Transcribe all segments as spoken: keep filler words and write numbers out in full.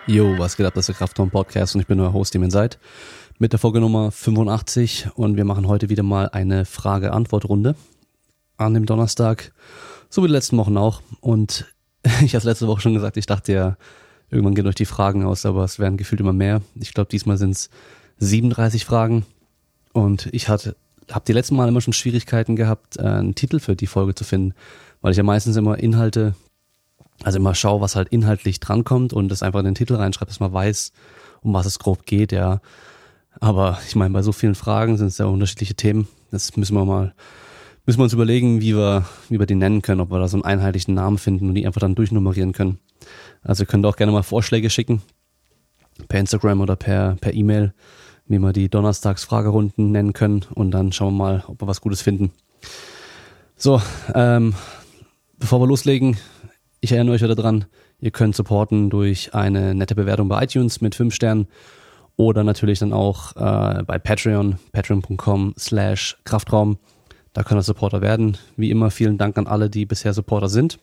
Jo, was geht ab, das ist der Kraftraum Podcast und ich bin euer Host, dem ihr seid, mit der Folge Nummer fünfundachtzig und wir machen heute wieder mal eine Frage-Antwort-Runde an dem Donnerstag, so wie die letzten Wochen auch. Und ich habe letzte Woche schon gesagt, ich dachte ja, irgendwann gehen euch die Fragen aus, aber es werden gefühlt immer mehr. Ich glaube, diesmal sind es siebenunddreißig Fragen und ich hatte, habe die letzten Mal immer schon Schwierigkeiten gehabt, einen Titel für die Folge zu finden, weil ich ja meistens immer Inhalte, also immer schaue, was halt inhaltlich drankommt und das einfach in den Titel reinschreibe, dass man weiß, um was es grob geht, ja. Aber ich meine, bei so vielen Fragen sind es ja unterschiedliche Themen. Das müssen wir mal, müssen wir uns überlegen, wie wir, wie wir die nennen können, ob wir da so einen einheitlichen Namen finden und die einfach dann durchnummerieren können. Also ihr könnt auch gerne mal Vorschläge schicken, per Instagram oder per, per E-Mail, wie wir die Donnerstags-Fragerunden nennen können und dann schauen wir mal, ob wir was Gutes finden. So, ähm, bevor wir loslegen, ich erinnere euch wieder dran, ihr könnt supporten durch eine nette Bewertung bei iTunes mit fünf Sternen oder natürlich dann auch äh, bei Patreon, patreon.com slash Kraftraum. Da könnt ihr Supporter werden. Wie immer vielen Dank an alle, die bisher Supporter sind.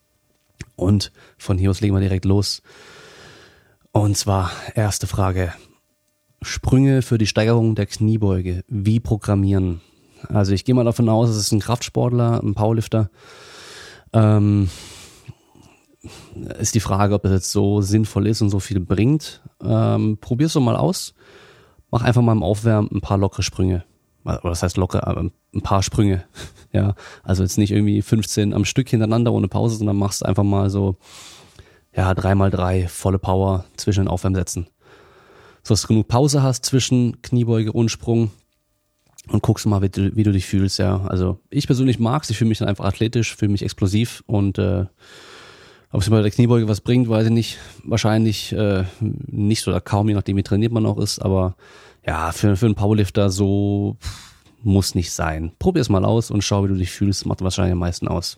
Und von hier aus legen wir direkt los. Und zwar erste Frage. Sprünge für die Steigerung der Kniebeuge. Wie programmieren? Also ich gehe mal davon aus, es ist ein Kraftsportler, ein Powerlifter. Ähm... Ist die Frage, ob das jetzt so sinnvoll ist und so viel bringt. Ähm, probier's doch mal aus. Mach einfach mal im Aufwärmen ein paar lockere Sprünge. Oder das heißt locker, aber ein paar Sprünge. Ja, also jetzt nicht irgendwie fünfzehn am Stück hintereinander ohne Pause, sondern machst einfach mal so, ja, drei mal drei volle Power zwischen den Aufwärmsätzen. So dass du genug Pause hast zwischen Kniebeuge und Sprung und guckst mal, wie du, wie du dich fühlst, ja. Also ich persönlich mag's, ich fühle mich dann einfach athletisch, fühle mich explosiv und äh, ob es bei der Kniebeuge was bringt, weiß ich nicht. Wahrscheinlich äh, nicht oder kaum, je nachdem wie trainiert man auch ist. Aber ja, für, für einen Powerlifter so pff, muss nicht sein. Probier es mal aus und schau, wie du dich fühlst. Macht wahrscheinlich am meisten aus.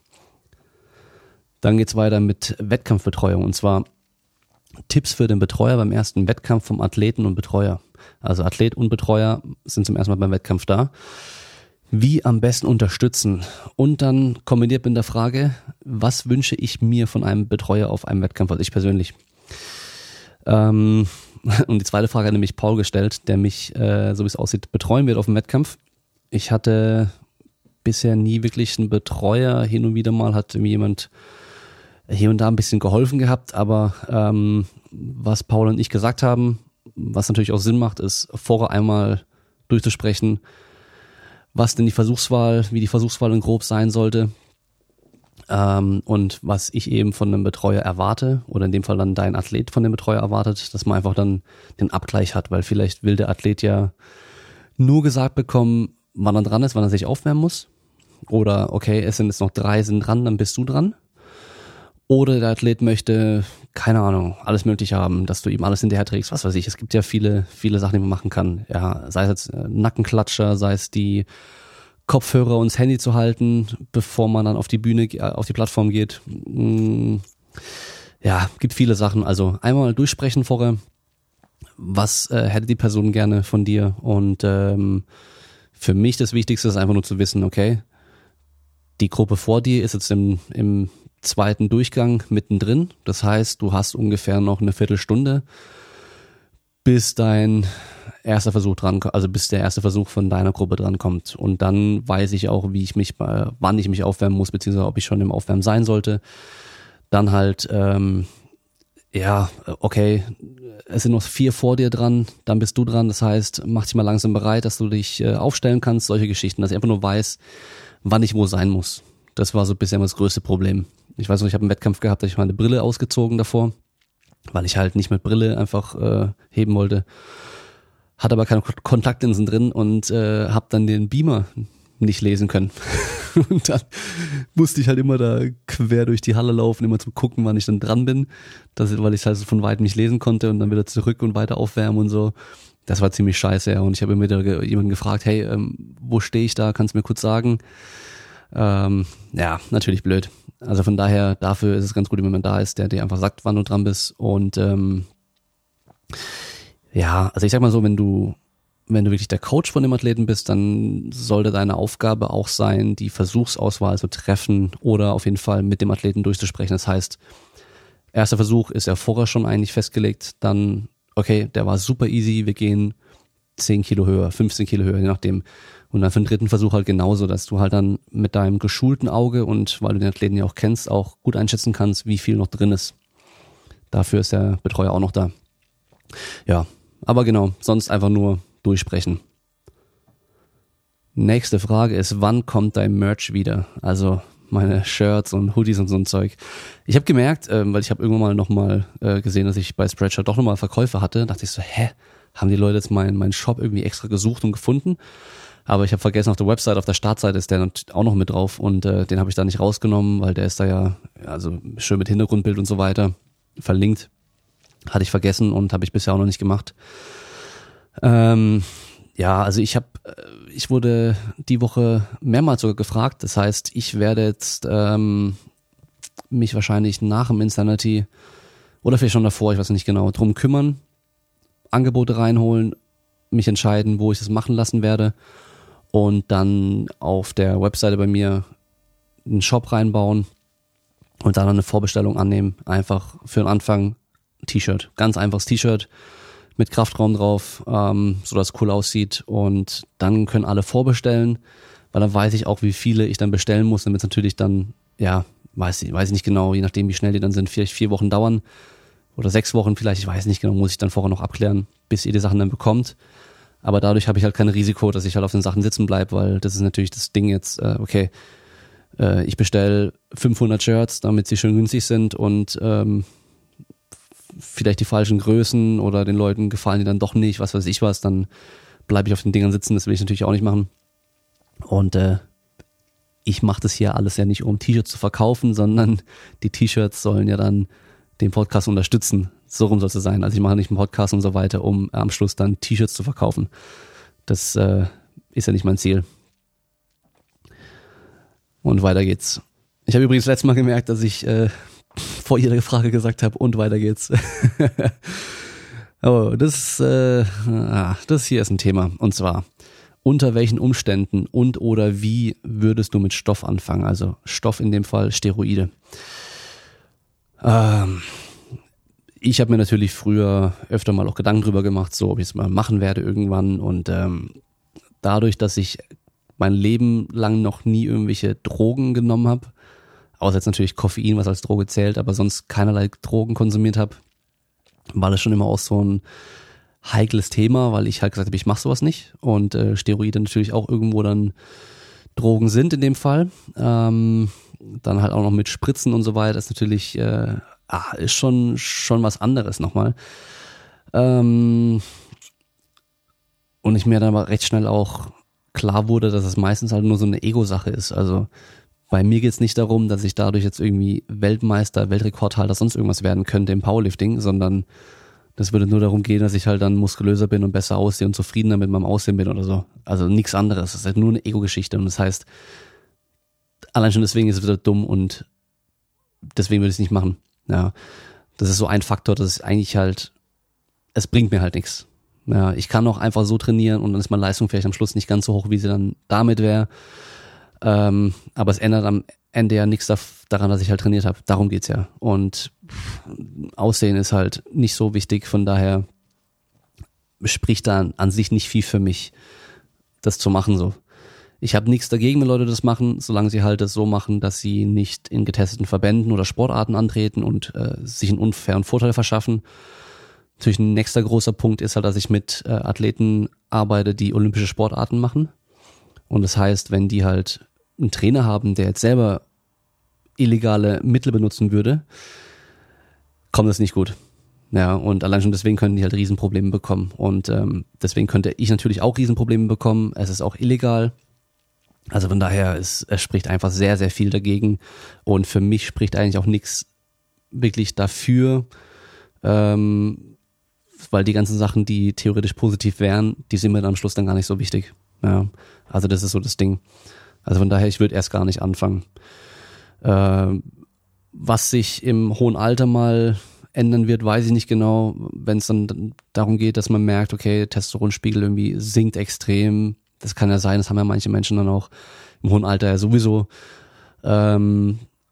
Dann geht's weiter mit Wettkampfbetreuung. Und zwar Tipps für den Betreuer beim ersten Wettkampf vom Athleten und Betreuer. Also Athlet und Betreuer sind zum ersten Mal beim Wettkampf da. Wie am besten unterstützen und dann kombiniert mit der Frage, was wünsche ich mir von einem Betreuer auf einem Wettkampf, also ich persönlich. Ähm, und die zweite Frage hat nämlich Paul gestellt, der mich, äh, so wie es aussieht, betreuen wird auf dem Wettkampf. Ich hatte bisher nie wirklich einen Betreuer, hin und wieder mal hat mir jemand hier und da ein bisschen geholfen gehabt, aber ähm, was Paul und ich gesagt haben, was natürlich auch Sinn macht, ist vorher einmal durchzusprechen, was denn die Versuchswahl, wie die Versuchswahl in grob sein sollte ähm, und was ich eben von einem Betreuer erwarte oder in dem Fall dann dein Athlet von dem Betreuer erwartet, dass man einfach dann den Abgleich hat, weil vielleicht will der Athlet ja nur gesagt bekommen, wann er dran ist, wann er sich aufwärmen muss oder okay, es sind jetzt noch drei sind dran, dann bist du dran. Oder der Athlet möchte, keine Ahnung, alles Mögliche haben, dass du ihm alles hinterher trägst, was weiß ich. Es gibt ja viele, viele Sachen, die man machen kann. Ja, sei es jetzt Nackenklatscher, sei es die Kopfhörer und das Handy zu halten, bevor man dann auf die Bühne, auf die Plattform geht. Ja, gibt viele Sachen. Also einmal durchsprechen vorher, was äh, hätte die Person gerne von dir. Und ähm, für mich das Wichtigste ist einfach nur zu wissen, okay, die Gruppe vor dir ist jetzt im, im zweiten Durchgang mittendrin. Das heißt, du hast ungefähr noch eine Viertelstunde, bis dein erster Versuch dran, also bis der erste Versuch von deiner Gruppe drankommt. Und dann weiß ich auch, wie ich mich, äh, wann ich mich aufwärmen muss, beziehungsweise ob ich schon im Aufwärmen sein sollte. Dann halt, ähm, ja, okay, es sind noch vier vor dir dran, dann bist du dran. Das heißt, mach dich mal langsam bereit, dass du dich äh, aufstellen kannst, solche Geschichten, dass ich einfach nur weiß, wann ich wo sein muss. Das war so bisher immer das größte Problem. Ich weiß noch, ich habe einen Wettkampf gehabt, da ich meine Brille ausgezogen davor, weil ich halt nicht mit Brille einfach äh, heben wollte. Hatte aber keine Kontaktlinsen drin und äh, habe dann den Beamer nicht lesen können. Und dann musste ich halt immer da quer durch die Halle laufen, immer zum Gucken, wann ich dann dran bin, das, weil ich halt so von weitem nicht lesen konnte und dann wieder zurück und weiter aufwärmen und so. Das war ziemlich scheiße, ja. Und ich habe immer wieder ge- jemanden gefragt, hey, ähm, wo stehe ich da, kannst du mir kurz sagen? Ähm, ja, natürlich blöd. Also von daher, dafür ist es ganz gut, wenn man da ist, der dir einfach sagt, wann du dran bist. Und ähm, ja, also ich sag mal so, wenn du wenn du wirklich der Coach von dem Athleten bist, dann sollte deine Aufgabe auch sein, die Versuchsauswahl zu treffen oder auf jeden Fall mit dem Athleten durchzusprechen. Das heißt, Erster Versuch ist ja vorher schon eigentlich festgelegt, dann, okay, der war super easy, wir gehen zehn Kilo höher, fünfzehn Kilo höher, je nachdem. Und dann für den dritten Versuch halt genauso, dass du halt dann mit deinem geschulten Auge und weil du den Athleten ja auch kennst, auch gut einschätzen kannst, wie viel noch drin ist. Dafür ist der Betreuer auch noch da. Ja, aber genau, sonst einfach nur durchsprechen. Nächste Frage ist, wann kommt dein Merch wieder? Also meine Shirts und Hoodies und so ein Zeug. Ich habe gemerkt, ähm, weil ich habe irgendwann mal nochmal äh, gesehen, dass ich bei Spreadshirt doch nochmal Verkäufe hatte, dachte ich so, hä, haben die Leute jetzt meinen meinen Shop irgendwie extra gesucht und gefunden? Aber ich habe vergessen, auf der Website, auf der Startseite ist der auch noch mit drauf und äh, den habe ich da nicht rausgenommen, weil der ist da ja also schön mit Hintergrundbild und so weiter verlinkt. Hatte ich vergessen und habe ich bisher auch noch nicht gemacht. Ähm, ja, also ich habe, ich wurde die Woche mehrmals sogar gefragt. Das heißt, ich werde jetzt ähm, mich wahrscheinlich nach dem Insanity oder vielleicht schon davor, ich weiß nicht genau, drum kümmern, Angebote reinholen, mich entscheiden, wo ich das machen lassen werde und dann auf der Webseite bei mir einen Shop reinbauen und dann eine Vorbestellung annehmen. Einfach für den Anfang T-Shirt, ganz einfaches T-Shirt mit Kraftraum drauf, ähm, so dass es cool aussieht und dann können alle vorbestellen, weil dann weiß ich auch, wie viele ich dann bestellen muss, damit es natürlich dann, ja, weiß ich, weiß ich nicht genau, je nachdem wie schnell die dann sind, vielleicht vier Wochen dauern oder sechs Wochen vielleicht, ich weiß nicht genau, muss ich dann vorher noch abklären, bis ihr die Sachen dann bekommt. Aber dadurch habe ich halt kein Risiko, dass ich halt auf den Sachen sitzen bleibe, weil das ist natürlich das Ding jetzt, äh, okay, äh, ich bestelle fünfhundert Shirts, damit sie schön günstig sind und ähm, vielleicht die falschen Größen oder den Leuten gefallen die dann doch nicht, was weiß ich was, dann bleibe ich auf den Dingern sitzen, das will ich natürlich auch nicht machen. Und äh, ich mache das hier alles ja nicht, um T-Shirts zu verkaufen, sondern die T-Shirts sollen ja dann den Podcast unterstützen. So rum soll es sein. Also ich mache nicht einen Podcast und so weiter, um am Schluss dann T-Shirts zu verkaufen. Das äh, ist ja nicht mein Ziel. Und weiter geht's. Ich habe übrigens letztes Mal gemerkt, dass ich äh, vor jeder Frage gesagt habe, und weiter geht's. Oh, das, äh, das hier ist ein Thema. Und zwar, unter welchen Umständen und oder wie würdest du mit Stoff anfangen? Also Stoff in dem Fall Steroide. Ähm, ich habe mir natürlich früher öfter mal auch Gedanken drüber gemacht, so ob ich es mal machen werde irgendwann. Und ähm, dadurch, dass ich mein Leben lang noch nie irgendwelche Drogen genommen habe, außer jetzt natürlich Koffein, was als Droge zählt, aber sonst keinerlei Drogen konsumiert habe, war das schon immer auch so ein heikles Thema, weil ich halt gesagt habe, ich mache sowas nicht und äh, Steroide natürlich auch irgendwo dann Drogen sind in dem Fall. Ähm, dann halt auch noch mit Spritzen und so weiter, ist natürlich äh, ah, ist schon schon was anderes nochmal. Ähm, und ich mir dann aber recht schnell auch klar wurde, dass es meistens halt nur so eine Ego-Sache ist. Also bei mir geht's nicht darum, dass ich dadurch jetzt irgendwie Weltmeister, Weltrekordhalter, sonst irgendwas werden könnte im Powerlifting, sondern das würde nur darum gehen, dass ich halt dann muskulöser bin und besser aussehe und zufriedener mit meinem Aussehen bin oder so. Also nichts anderes. Das ist halt nur eine Ego-Geschichte und das heißt, allein schon deswegen ist es wieder dumm und deswegen würde ich es nicht machen. Ja, das ist so ein Faktor, dass es eigentlich halt, es bringt mir halt nichts. Ja, ich kann auch einfach so trainieren und dann ist meine Leistung vielleicht am Schluss nicht ganz so hoch, wie sie dann damit wäre. Ähm, aber es ändert am Ende ja nichts daran, dass ich halt trainiert habe. Darum geht's ja. Und Aussehen ist halt nicht so wichtig, von daher spricht da an sich nicht viel für mich, das zu machen so. Ich habe nichts dagegen, wenn Leute das machen, solange sie halt das so machen, dass sie nicht in getesteten Verbänden oder Sportarten antreten und äh, sich einen unfairen Vorteil verschaffen. Natürlich ein nächster großer Punkt ist halt, dass ich mit äh, Athleten arbeite, die olympische Sportarten machen. Und das heißt, wenn die halt einen Trainer haben, der jetzt selber illegale Mittel benutzen würde, kommt das nicht gut. Ja, und allein schon deswegen können die halt Riesenprobleme bekommen. Und ähm, deswegen könnte ich natürlich auch Riesenprobleme bekommen. Es ist auch illegal. Also von daher, es, es spricht einfach sehr, sehr viel dagegen. Und für mich spricht eigentlich auch nichts wirklich dafür, ähm, weil die ganzen Sachen, die theoretisch positiv wären, die sind mir dann am Schluss dann gar nicht so wichtig. Ja, also das ist so das Ding. Also von daher, ich würde erst gar nicht anfangen. Äh, was sich im hohen Alter mal ändern wird, weiß ich nicht genau. Wenn es dann darum geht, dass man merkt, okay, Testosteronspiegel irgendwie sinkt extrem. Das kann ja sein, das haben ja manche Menschen dann auch im hohen Alter ja sowieso. Ähm,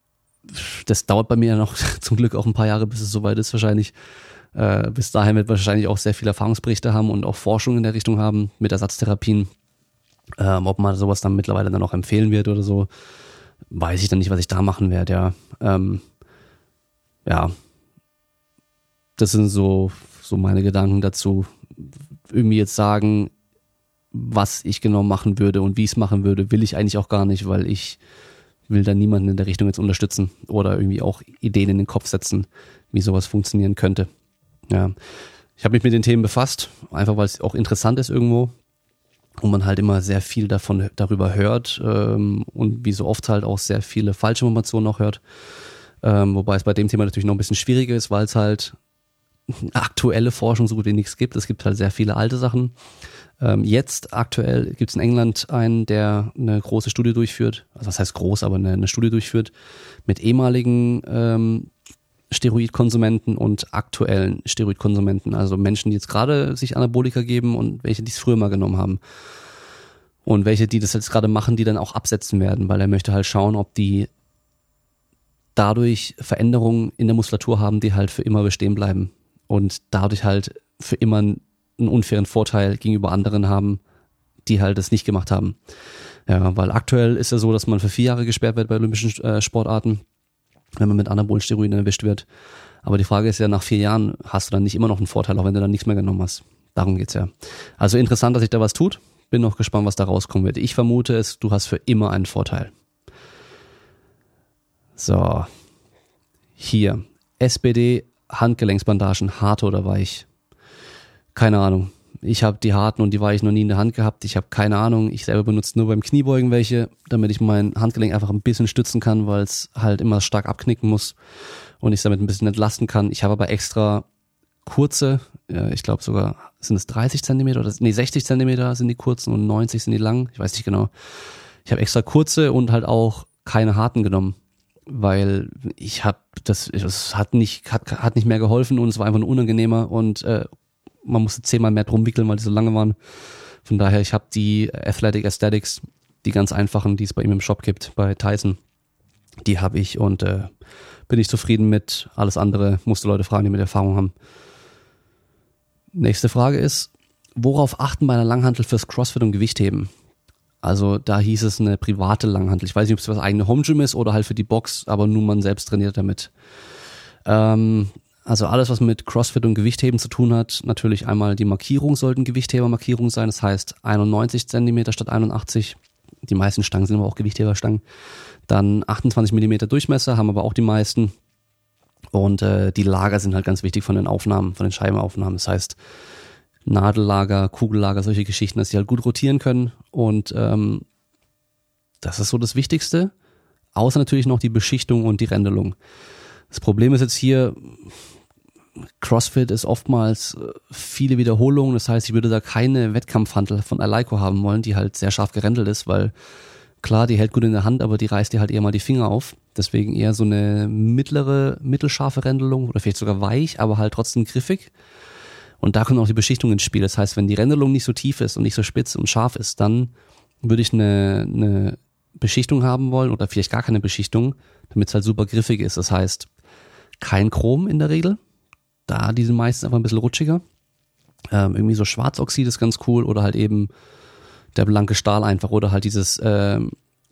das dauert bei mir noch zum Glück auch ein paar Jahre, bis es soweit ist wahrscheinlich. Äh, bis dahin wird wahrscheinlich auch sehr viele Erfahrungsberichte haben und auch Forschung in der Richtung haben mit Ersatztherapien. Ähm, ob man sowas dann mittlerweile dann auch empfehlen wird oder so, weiß ich dann nicht, was ich da machen werde, ja. Ähm, ja, das sind so, so meine Gedanken dazu. Irgendwie jetzt sagen, was ich genau machen würde und wie ich es machen würde, will ich eigentlich auch gar nicht, weil ich will da niemanden in der Richtung jetzt unterstützen oder irgendwie auch Ideen in den Kopf setzen, wie sowas funktionieren könnte. Ja, ich habe mich mit den Themen befasst, einfach weil es auch interessant ist irgendwo und man halt immer sehr viel davon darüber hört ähm, und wie so oft halt auch sehr viele falsche Informationen auch hört. Ähm, wobei es bei dem Thema natürlich noch ein bisschen schwieriger ist, weil es halt aktuelle Forschung so gut wie nichts gibt. Es gibt halt sehr viele alte Sachen. Ähm, jetzt aktuell gibt es in England einen, der eine große Studie durchführt, also was heißt groß, aber eine, eine Studie durchführt mit ehemaligen ähm, Steroidkonsumenten und aktuellen Steroidkonsumenten, also Menschen, die jetzt gerade sich Anabolika geben und welche, die es früher mal genommen haben. Und welche, die das jetzt gerade machen, die dann auch absetzen werden, weil er möchte halt schauen, ob die dadurch Veränderungen in der Muskulatur haben, die halt für immer bestehen bleiben und dadurch halt für immer einen unfairen Vorteil gegenüber anderen haben, die halt das nicht gemacht haben. Ja, weil aktuell ist ja so, dass man für vier Jahre gesperrt wird bei olympischen äh, Sportarten, wenn man mit anabolen Steroiden erwischt wird. Aber die Frage ist ja, nach vier Jahren hast du dann nicht immer noch einen Vorteil, auch wenn du dann nichts mehr genommen hast. Darum geht's ja. Also interessant, dass sich da was tut. Bin noch gespannt, was da rauskommen wird. Ich vermute es, du hast für immer einen Vorteil. So. Hier. S B D, Handgelenksbandagen, hart oder weich? Keine Ahnung. Ich habe die harten und die weichen noch nie in der Hand gehabt. Ich habe keine Ahnung. Ich selber benutze nur beim Kniebeugen welche, damit ich mein Handgelenk einfach ein bisschen stützen kann, weil es halt immer stark abknicken muss und ich es damit ein bisschen entlasten kann. Ich habe aber extra kurze, ich glaube sogar, sind es dreißig Zentimeter oder nee, sechzig Zentimeter sind die kurzen und neunzig sind die langen. Ich weiß nicht genau. Ich habe extra kurze und halt auch keine harten genommen, weil ich habe das, das hat nicht, hat, hat nicht mehr geholfen und es war einfach nur unangenehmer und äh, man musste zehnmal mehr drum wickeln, weil die so lange waren. Von daher, ich habe die Athletic Aesthetics, die ganz einfachen, die es bei ihm im Shop gibt, bei Tyson, die habe ich und äh, bin ich zufrieden mit. Alles andere musste Leute fragen, die mit Erfahrung haben. Nächste Frage ist, worauf achten bei einer Langhantel fürs Crossfit und Gewichtheben? Also da hieß es eine private Langhantel. Ich weiß nicht, ob es für das eigene Home Gym ist oder halt für die Box, aber nur man selbst trainiert damit. Ähm, Also alles, was mit Crossfit und Gewichtheben zu tun hat, natürlich einmal die Markierung sollten Gewichthebermarkierung sein, das heißt einundneunzig Zentimeter statt einundachtzig. Die meisten Stangen sind aber auch Gewichtheberstangen. Dann achtundzwanzig Millimeter Durchmesser, haben aber auch die meisten. Und äh, die Lager sind halt ganz wichtig von den Aufnahmen, von den Scheibenaufnahmen. Das heißt Nadellager, Kugellager, solche Geschichten, dass sie halt gut rotieren können. Und ähm, das ist so das Wichtigste. Außer natürlich noch die Beschichtung und die Rändelung. Das Problem ist jetzt hier, CrossFit ist oftmals viele Wiederholungen, das heißt, ich würde da keine Wettkampfhantel von Eleiko haben wollen, die halt sehr scharf gerändelt ist, weil klar, die hält gut in der Hand, aber die reißt dir halt eher mal die Finger auf. Deswegen eher so eine mittlere, mittelscharfe Rändelung oder vielleicht sogar weich, aber halt trotzdem griffig. Und da kommt auch die Beschichtung ins Spiel. Das heißt, wenn die Rändelung nicht so tief ist und nicht so spitz und scharf ist, dann würde ich eine, eine Beschichtung haben wollen oder vielleicht gar keine Beschichtung, damit es halt super griffig ist. Das heißt, kein Chrom in der Regel. Da, die sind meistens einfach ein bisschen rutschiger. Ähm, irgendwie so Schwarzoxid ist ganz cool oder halt eben der blanke Stahl einfach oder halt dieses ähm,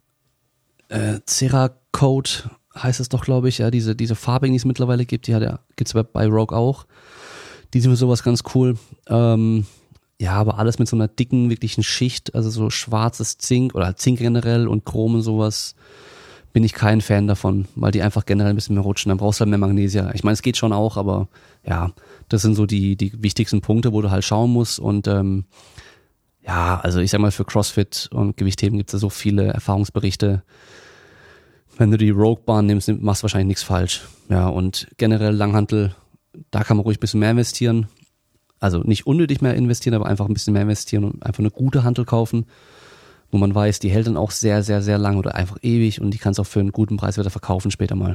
äh, Cerakote heißt es doch, glaube ich, ja, diese diese Farbigen, die es mittlerweile gibt, die hat ja, gibt's bei Rogue auch. Die sind für sowas ganz cool. Ähm, ja, aber alles mit so einer dicken, wirklichen Schicht, also so schwarzes Zink oder Zink generell und Chrom und sowas, bin ich kein Fan davon, weil die einfach generell ein bisschen mehr rutschen. Dann brauchst du halt mehr Magnesia. Ich meine, es geht schon auch, aber ja, das sind so die die wichtigsten Punkte, wo du halt schauen musst. Und ähm, ja, also ich sag mal, für CrossFit und Gewichtheben gibt es ja so viele Erfahrungsberichte. Wenn du die Rogue-Bahn nimmst, machst du wahrscheinlich nichts falsch. Ja, und generell Langhantel, da kann man ruhig ein bisschen mehr investieren. Also nicht unnötig mehr investieren, aber einfach ein bisschen mehr investieren und einfach eine gute Hantel kaufen, wo man weiß, die hält dann auch sehr, sehr, sehr lang oder einfach ewig und die kannst du auch für einen guten Preis wieder verkaufen später mal.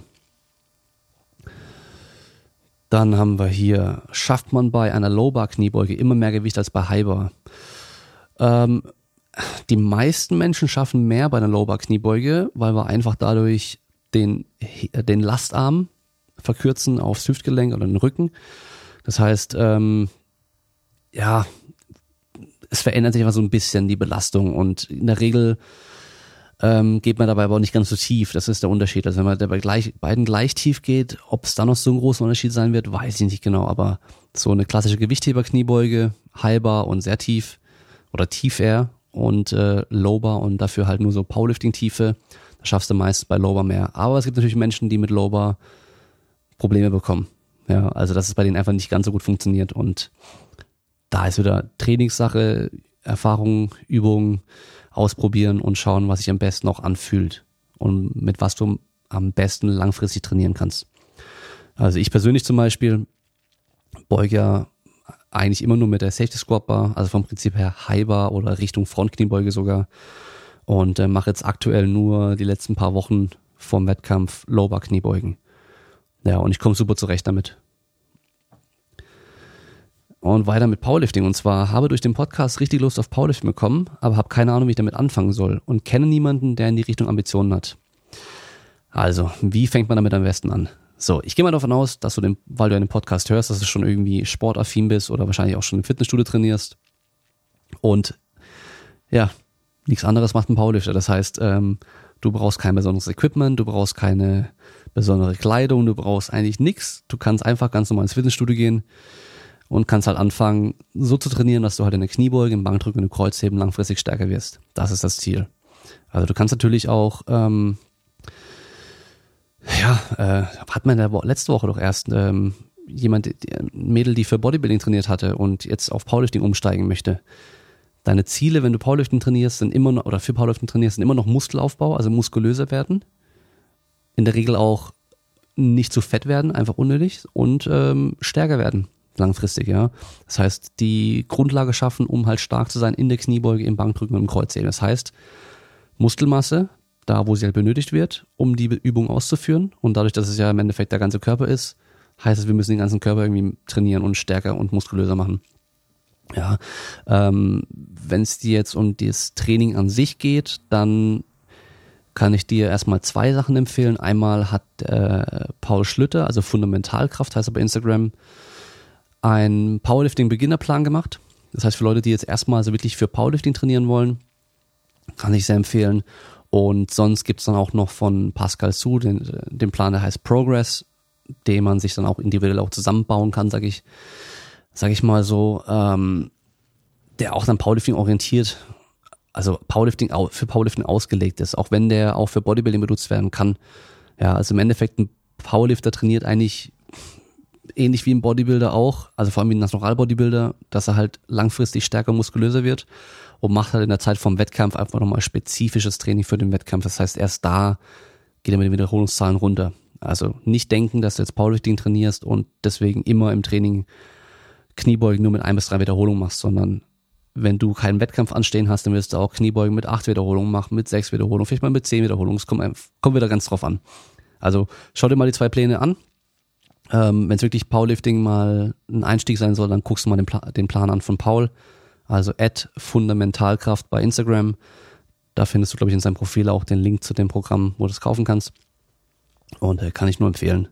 Dann haben wir hier, schafft man bei einer Low-Bar-Kniebeuge immer mehr Gewicht als bei High-Bar? Ähm, die meisten Menschen schaffen mehr bei einer Low-Bar-Kniebeuge, weil wir einfach dadurch den, den Lastarm verkürzen aufs Hüftgelenk oder den Rücken. Das heißt, ähm, ja, es verändert sich einfach so ein bisschen die Belastung und in der Regel ähm, geht man dabei aber auch nicht ganz so tief. Das ist der Unterschied. Also wenn man bei gleich, beiden gleich tief geht, ob es da noch so ein großer Unterschied sein wird, weiß ich nicht genau. Aber so eine klassische Gewichtheber-Kniebeuge, Highbar und sehr tief oder tief eher und äh, Lowbar und dafür halt nur so Powerlifting-Tiefe, da schaffst du meist bei Lowbar mehr. Aber es gibt natürlich Menschen, die mit Lowbar Probleme bekommen. Ja, also dass es bei denen einfach nicht ganz so gut funktioniert und da ist wieder Trainingssache, Erfahrung, Übung, ausprobieren und schauen, was sich am besten auch anfühlt und mit was du am besten langfristig trainieren kannst. Also ich persönlich zum Beispiel beuge ja eigentlich immer nur mit der Safety Squat Bar, also vom Prinzip her High Bar oder Richtung Frontkniebeuge sogar und äh, mache jetzt aktuell nur die letzten paar Wochen vorm Wettkampf Low Bar Kniebeugen. Ja, und ich komme super zurecht damit. Und weiter mit Powerlifting. Und zwar habe durch den Podcast richtig Lust auf Powerlifting bekommen, aber habe keine Ahnung, wie ich damit anfangen soll und kenne niemanden, der in die Richtung Ambitionen hat. Also, wie fängt man damit am besten an? So, ich gehe mal davon aus, dass du den, weil du einen Podcast hörst, dass du schon irgendwie sportaffin bist oder wahrscheinlich auch schon im Fitnessstudio trainierst. Und ja, nichts anderes macht ein Powerlifter. Das heißt, ähm, du brauchst kein besonderes Equipment, du brauchst keine besondere Kleidung, du brauchst eigentlich nichts. Du kannst einfach ganz normal ins Fitnessstudio gehen und kannst halt anfangen, so zu trainieren, dass du halt in der Kniebeuge, im Bankdrücken und im Kreuzheben langfristig stärker wirst. Das ist das Ziel. Also du kannst natürlich auch, ähm, ja, äh, hat man in der Wo- letzte Woche doch erst ähm, jemand, die, ein Mädel, die für Bodybuilding trainiert hatte und jetzt auf Powerlifting umsteigen möchte. Deine Ziele, wenn du Powerlifting trainierst, sind immer noch, oder für Powerlifting trainierst, sind immer noch Muskelaufbau, also muskulöser werden. In der Regel auch nicht zu fett werden, einfach unnötig und ähm, stärker werden. Langfristig, ja. Das heißt, die Grundlage schaffen, um halt stark zu sein in der Kniebeuge, im Bankdrücken und im Kreuzheben. Das heißt, Muskelmasse, da wo sie halt benötigt wird, um die Übung auszuführen. Und dadurch, dass es ja im Endeffekt der ganze Körper ist, heißt es, wir müssen den ganzen Körper irgendwie trainieren und stärker und muskulöser machen. Ja, ähm, wenn es dir jetzt um das Training an sich geht, dann kann ich dir erstmal zwei Sachen empfehlen. Einmal hat äh, Paul Schlüter, also Fundamentalkraft heißt er bei Instagram, einen Powerlifting-Beginnerplan gemacht. Das heißt, für Leute, die jetzt erstmal so wirklich für Powerlifting trainieren wollen, kann ich sehr empfehlen. Und sonst gibt es dann auch noch von Pascal Su den, den Plan, der heißt Progress, den man sich dann auch individuell auch zusammenbauen kann, sage ich, sag ich mal so, ähm, der auch dann Powerlifting orientiert, also Powerlifting für Powerlifting ausgelegt ist, auch wenn der auch für Bodybuilding benutzt werden kann. Ja, also im Endeffekt ein Powerlifter trainiert eigentlich ähnlich wie ein Bodybuilder auch, also vor allem wie ein Natural-Bodybuilder, dass er halt langfristig stärker muskulöser wird und macht halt in der Zeit vom Wettkampf einfach nochmal spezifisches Training für den Wettkampf. Das heißt, erst da geht er mit den Wiederholungszahlen runter. Also nicht denken, dass du jetzt Powerlifting trainierst und deswegen immer im Training Kniebeugen nur mit ein bis drei Wiederholungen machst, sondern wenn du keinen Wettkampf anstehen hast, dann wirst du auch Kniebeugen mit acht Wiederholungen machen, mit sechs Wiederholungen, vielleicht mal mit zehn Wiederholungen. Es kommt, kommt wieder ganz drauf an. Also schau dir mal die zwei Pläne an. Ähm, wenn es wirklich Powerlifting mal ein Einstieg sein soll, dann guckst du mal den, Pla- den Plan an von Paul. Also at Fundamentalkraft bei Instagram. Da findest du, glaube ich, in seinem Profil auch den Link zu dem Programm, wo du es kaufen kannst. Und äh, kann ich nur empfehlen.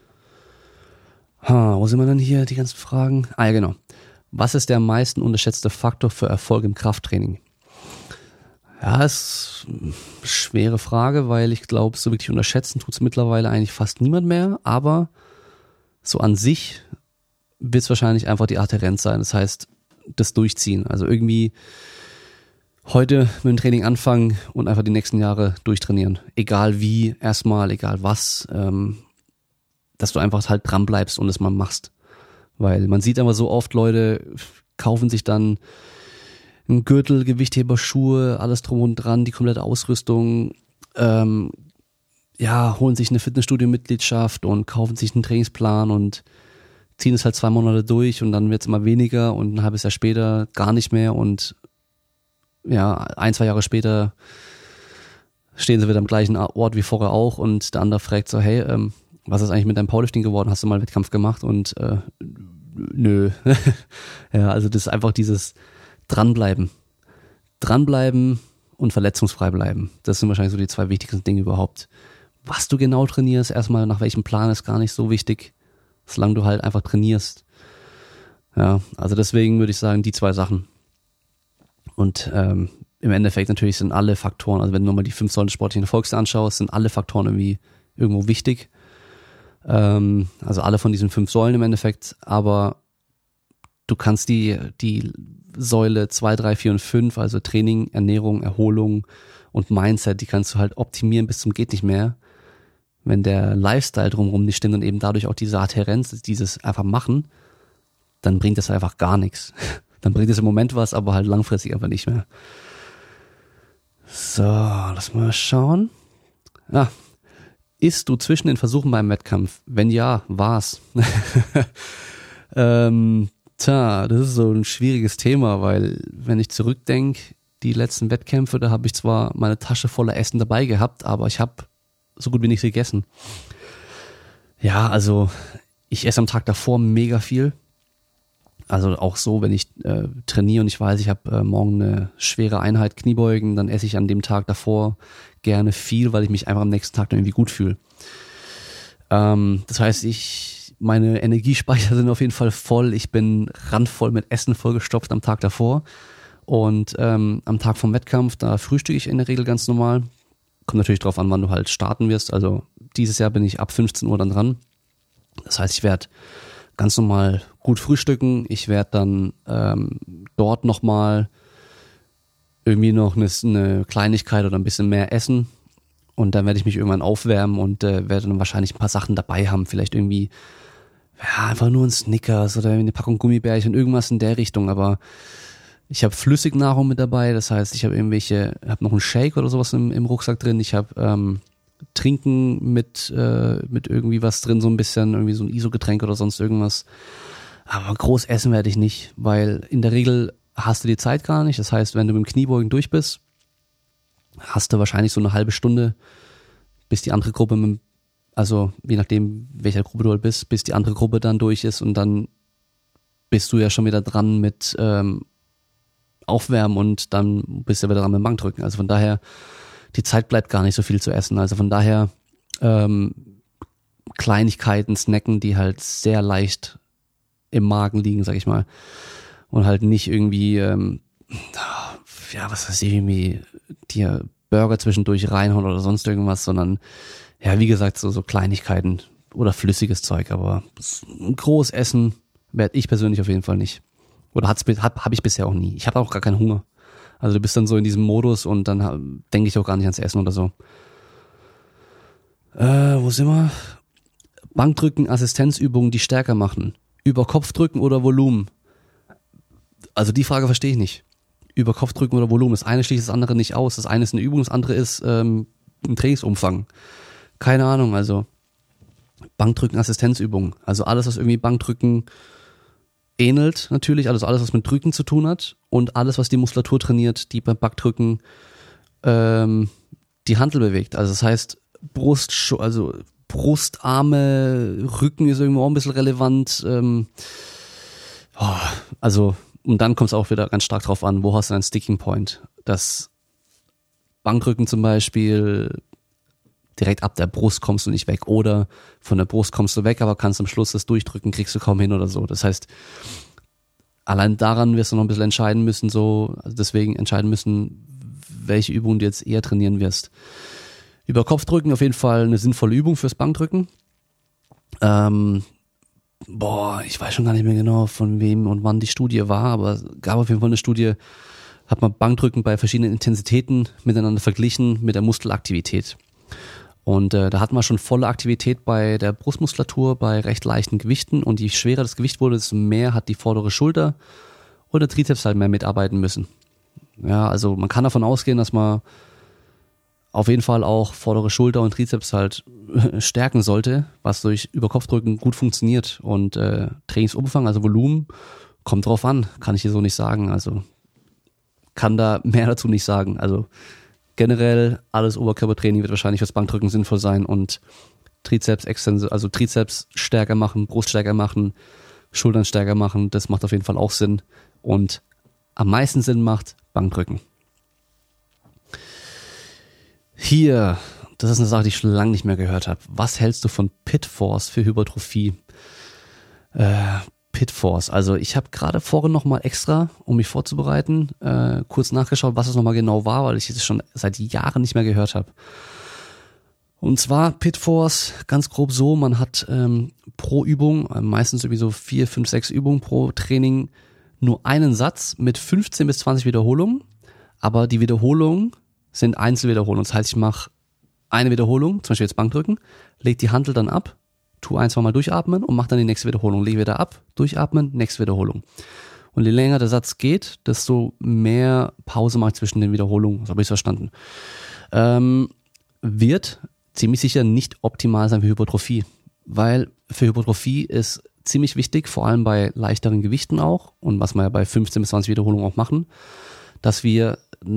Ha, wo sind wir denn hier, die ganzen Fragen? Ah ja, genau. Was ist der am meisten unterschätzte Faktor für Erfolg im Krafttraining? Ja, ist eine schwere Frage, weil ich glaube, so wirklich unterschätzen tut es mittlerweile eigentlich fast niemand mehr. Aber so an sich wird es wahrscheinlich einfach die Adhärenz sein. Das heißt, das Durchziehen. Also irgendwie heute mit dem Training anfangen und einfach die nächsten Jahre durchtrainieren. Egal wie, erstmal, egal was. Ähm, dass du einfach halt dran bleibst und es mal machst. Weil man sieht aber so oft, Leute kaufen sich dann einen Gürtel, Gewichtheber, Schuhe, alles drum und dran, die komplette Ausrüstung, ähm, ja, holen sich eine Fitnessstudio-Mitgliedschaft und kaufen sich einen Trainingsplan und ziehen es halt zwei Monate durch und dann wird es immer weniger und ein halbes Jahr später gar nicht mehr und ja, ein, zwei Jahre später stehen sie wieder am gleichen Ort wie vorher auch und der andere fragt so, hey, ähm, was ist eigentlich mit deinem Powerlifting geworden? Hast du mal einen Wettkampf gemacht? Und äh, nö. Ja, also das ist einfach dieses Dranbleiben. Dranbleiben und verletzungsfrei bleiben. Das sind wahrscheinlich so die zwei wichtigsten Dinge überhaupt. was du genau trainierst, erstmal nach welchem Plan ist gar nicht so wichtig, solange du halt einfach trainierst. Ja, also deswegen würde ich sagen, die zwei Sachen. Und ähm, im Endeffekt natürlich sind alle Faktoren, also wenn du mal die fünf Säulen des sportlichen Erfolgs anschaust, sind alle Faktoren irgendwie irgendwo wichtig. Ähm, also alle von diesen fünf Säulen im Endeffekt, aber du kannst die, die Säule zwei, drei, vier und fünf, also Training, Ernährung, Erholung und Mindset, die kannst du halt optimieren bis zum geht nicht mehr. Wenn der Lifestyle drumherum nicht stimmt und eben dadurch auch diese Adhärenz, dieses einfach machen, dann bringt das einfach gar nichts. Dann bringt es im Moment was, aber halt langfristig einfach nicht mehr. So, lass mal schauen. Ah, isst du zwischen den Versuchen beim Wettkampf? Wenn ja, war's. ähm, tja, das ist so ein schwieriges Thema, weil wenn ich zurückdenke, die letzten Wettkämpfe, da habe ich zwar meine Tasche voller Essen dabei gehabt, aber ich habe so gut wie nichts gegessen. Ja, also ich esse am Tag davor mega viel. Also auch so, wenn ich äh, trainiere und ich weiß, ich habe äh, morgen eine schwere Einheit, Kniebeugen, dann esse ich an dem Tag davor gerne viel, weil ich mich einfach am nächsten Tag dann irgendwie gut fühle. Ähm, das heißt, ich meine Energiespeicher sind auf jeden Fall voll. Ich bin randvoll mit Essen vollgestopft am Tag davor. Und ähm, am Tag vom Wettkampf, da frühstücke ich in der Regel ganz normal. Kommt natürlich drauf an, wann du halt starten wirst. Also dieses Jahr bin ich ab fünfzehn Uhr dann dran. Das heißt, ich werde ganz normal gut frühstücken. Ich werde dann ähm, dort nochmal irgendwie noch eine, eine Kleinigkeit oder ein bisschen mehr essen. Und dann werde ich mich irgendwann aufwärmen und äh, werde dann wahrscheinlich ein paar Sachen dabei haben. Vielleicht irgendwie, ja, einfach nur ein Snickers oder eine Packung Gummibärchen, irgendwas in der Richtung. Aber ich habe Flüssignahrung mit dabei. Das heißt, ich habe irgendwelche, habe noch einen Shake oder sowas im, im Rucksack drin. Ich habe ähm, Trinken mit äh, mit irgendwie was drin, so ein bisschen, irgendwie so ein ISO-Getränk oder sonst irgendwas. Aber groß essen werde ich nicht, weil in der Regel hast du die Zeit gar nicht. Das heißt, wenn du mit dem Kniebeugen durch bist, hast du wahrscheinlich so eine halbe Stunde, bis die andere Gruppe, mit, also je nachdem, welcher Gruppe du halt bist, bis die andere Gruppe dann durch ist und dann bist du ja schon wieder dran mit ähm, Aufwärmen und dann bist du wieder dran mit dem Bankdrücken. Also von daher, die Zeit bleibt gar nicht so viel zu essen. Also von daher ähm, Kleinigkeiten, Snacken, die halt sehr leicht im Magen liegen, sag ich mal. Und halt nicht irgendwie, ähm, ja, was weiß ich, irgendwie dir Burger zwischendurch reinhauen oder sonst irgendwas, sondern ja, wie gesagt, so, so Kleinigkeiten oder flüssiges Zeug. Aber groß essen werde ich persönlich auf jeden Fall nicht. Oder hat's, hab, hab ich bisher auch nie. Ich habe auch gar keinen Hunger. Also du bist dann so in diesem Modus und dann denke ich auch gar nicht ans Essen oder so. Äh, wo sind wir? Bankdrücken, Assistenzübungen, die stärker machen. Über Kopfdrücken oder Volumen? Also die Frage verstehe ich nicht. Über Kopfdrücken oder Volumen. Das eine schließt das andere nicht aus. Das eine ist eine Übung, das andere ist ähm, ein Trainingsumfang. Keine Ahnung, also Bankdrücken, Assistenzübungen. Also alles, was irgendwie Bankdrücken ähnelt natürlich, also alles, was mit Drücken zu tun hat und alles, was die Muskulatur trainiert, die beim Bankdrücken ähm, die Hantel bewegt. Also das heißt, Brust, also Brust, Arme, Rücken ist irgendwo auch ein bisschen relevant. Ähm, oh, also und dann kommt es auch wieder ganz stark drauf an, wo hast du einen Sticking Point. Das Bankdrücken zum Beispiel, direkt ab der Brust kommst du nicht weg oder von der Brust kommst du weg, aber kannst am Schluss das Durchdrücken, kriegst du kaum hin oder so. Das heißt, allein daran wirst du noch ein bisschen entscheiden müssen, so, also deswegen entscheiden müssen, welche Übung du jetzt eher trainieren wirst. Über Kopfdrücken auf jeden Fall eine sinnvolle Übung fürs Bankdrücken. Ähm, boah, ich weiß schon gar nicht mehr genau, von wem und wann die Studie war, aber es gab auf jeden Fall eine Studie, hat man Bankdrücken bei verschiedenen Intensitäten miteinander verglichen mit der Muskelaktivität. Und äh, da hatten wir schon volle Aktivität bei der Brustmuskulatur bei recht leichten Gewichten und je schwerer das Gewicht wurde, desto mehr hat die vordere Schulter und der Trizeps halt mehr mitarbeiten müssen. Ja, also man kann davon ausgehen, dass man auf jeden Fall auch vordere Schulter und Trizeps halt stärken sollte, was durch Überkopfdrücken gut funktioniert. Und äh, Trainingsumfang, also Volumen, kommt drauf an, kann ich hier so nicht sagen. Also kann da mehr dazu nicht sagen. Also generell alles Oberkörpertraining wird wahrscheinlich fürs Bankdrücken sinnvoll sein und Trizeps extensive, also Trizeps stärker machen, Brust stärker machen, Schultern stärker machen, das macht auf jeden Fall auch Sinn und am meisten Sinn macht Bankdrücken. Hier, das ist eine Sache, die ich schon lange nicht mehr gehört habe. Was hältst du von Pitforce für Hypertrophie? Äh, Pitforce, also ich habe gerade vorhin nochmal extra, um mich vorzubereiten, äh, kurz nachgeschaut, was es nochmal genau war, weil ich es schon seit Jahren nicht mehr gehört habe. Und zwar Pitforce, ganz grob so, man hat ähm, pro Übung, äh, meistens irgendwie so vier, fünf, sechs Übungen pro Training, nur einen Satz mit fünfzehn bis zwanzig Wiederholungen, aber die Wiederholungen sind Einzelwiederholungen. Das heißt, ich mache eine Wiederholung, zum Beispiel jetzt Bankdrücken, leg die Hantel dann ab, tu ein, zwei Mal durchatmen und mach dann die nächste Wiederholung. Leg wieder ab, durchatmen, nächste Wiederholung. Und je länger der Satz geht, desto mehr Pause mache ich zwischen den Wiederholungen. So habe ich es verstanden. Ähm, wird ziemlich sicher nicht optimal sein für Hypertrophie, weil für Hypertrophie ist ziemlich wichtig, vor allem bei leichteren Gewichten auch und was wir ja bei fünfzehn bis zwanzig Wiederholungen auch machen, dass wir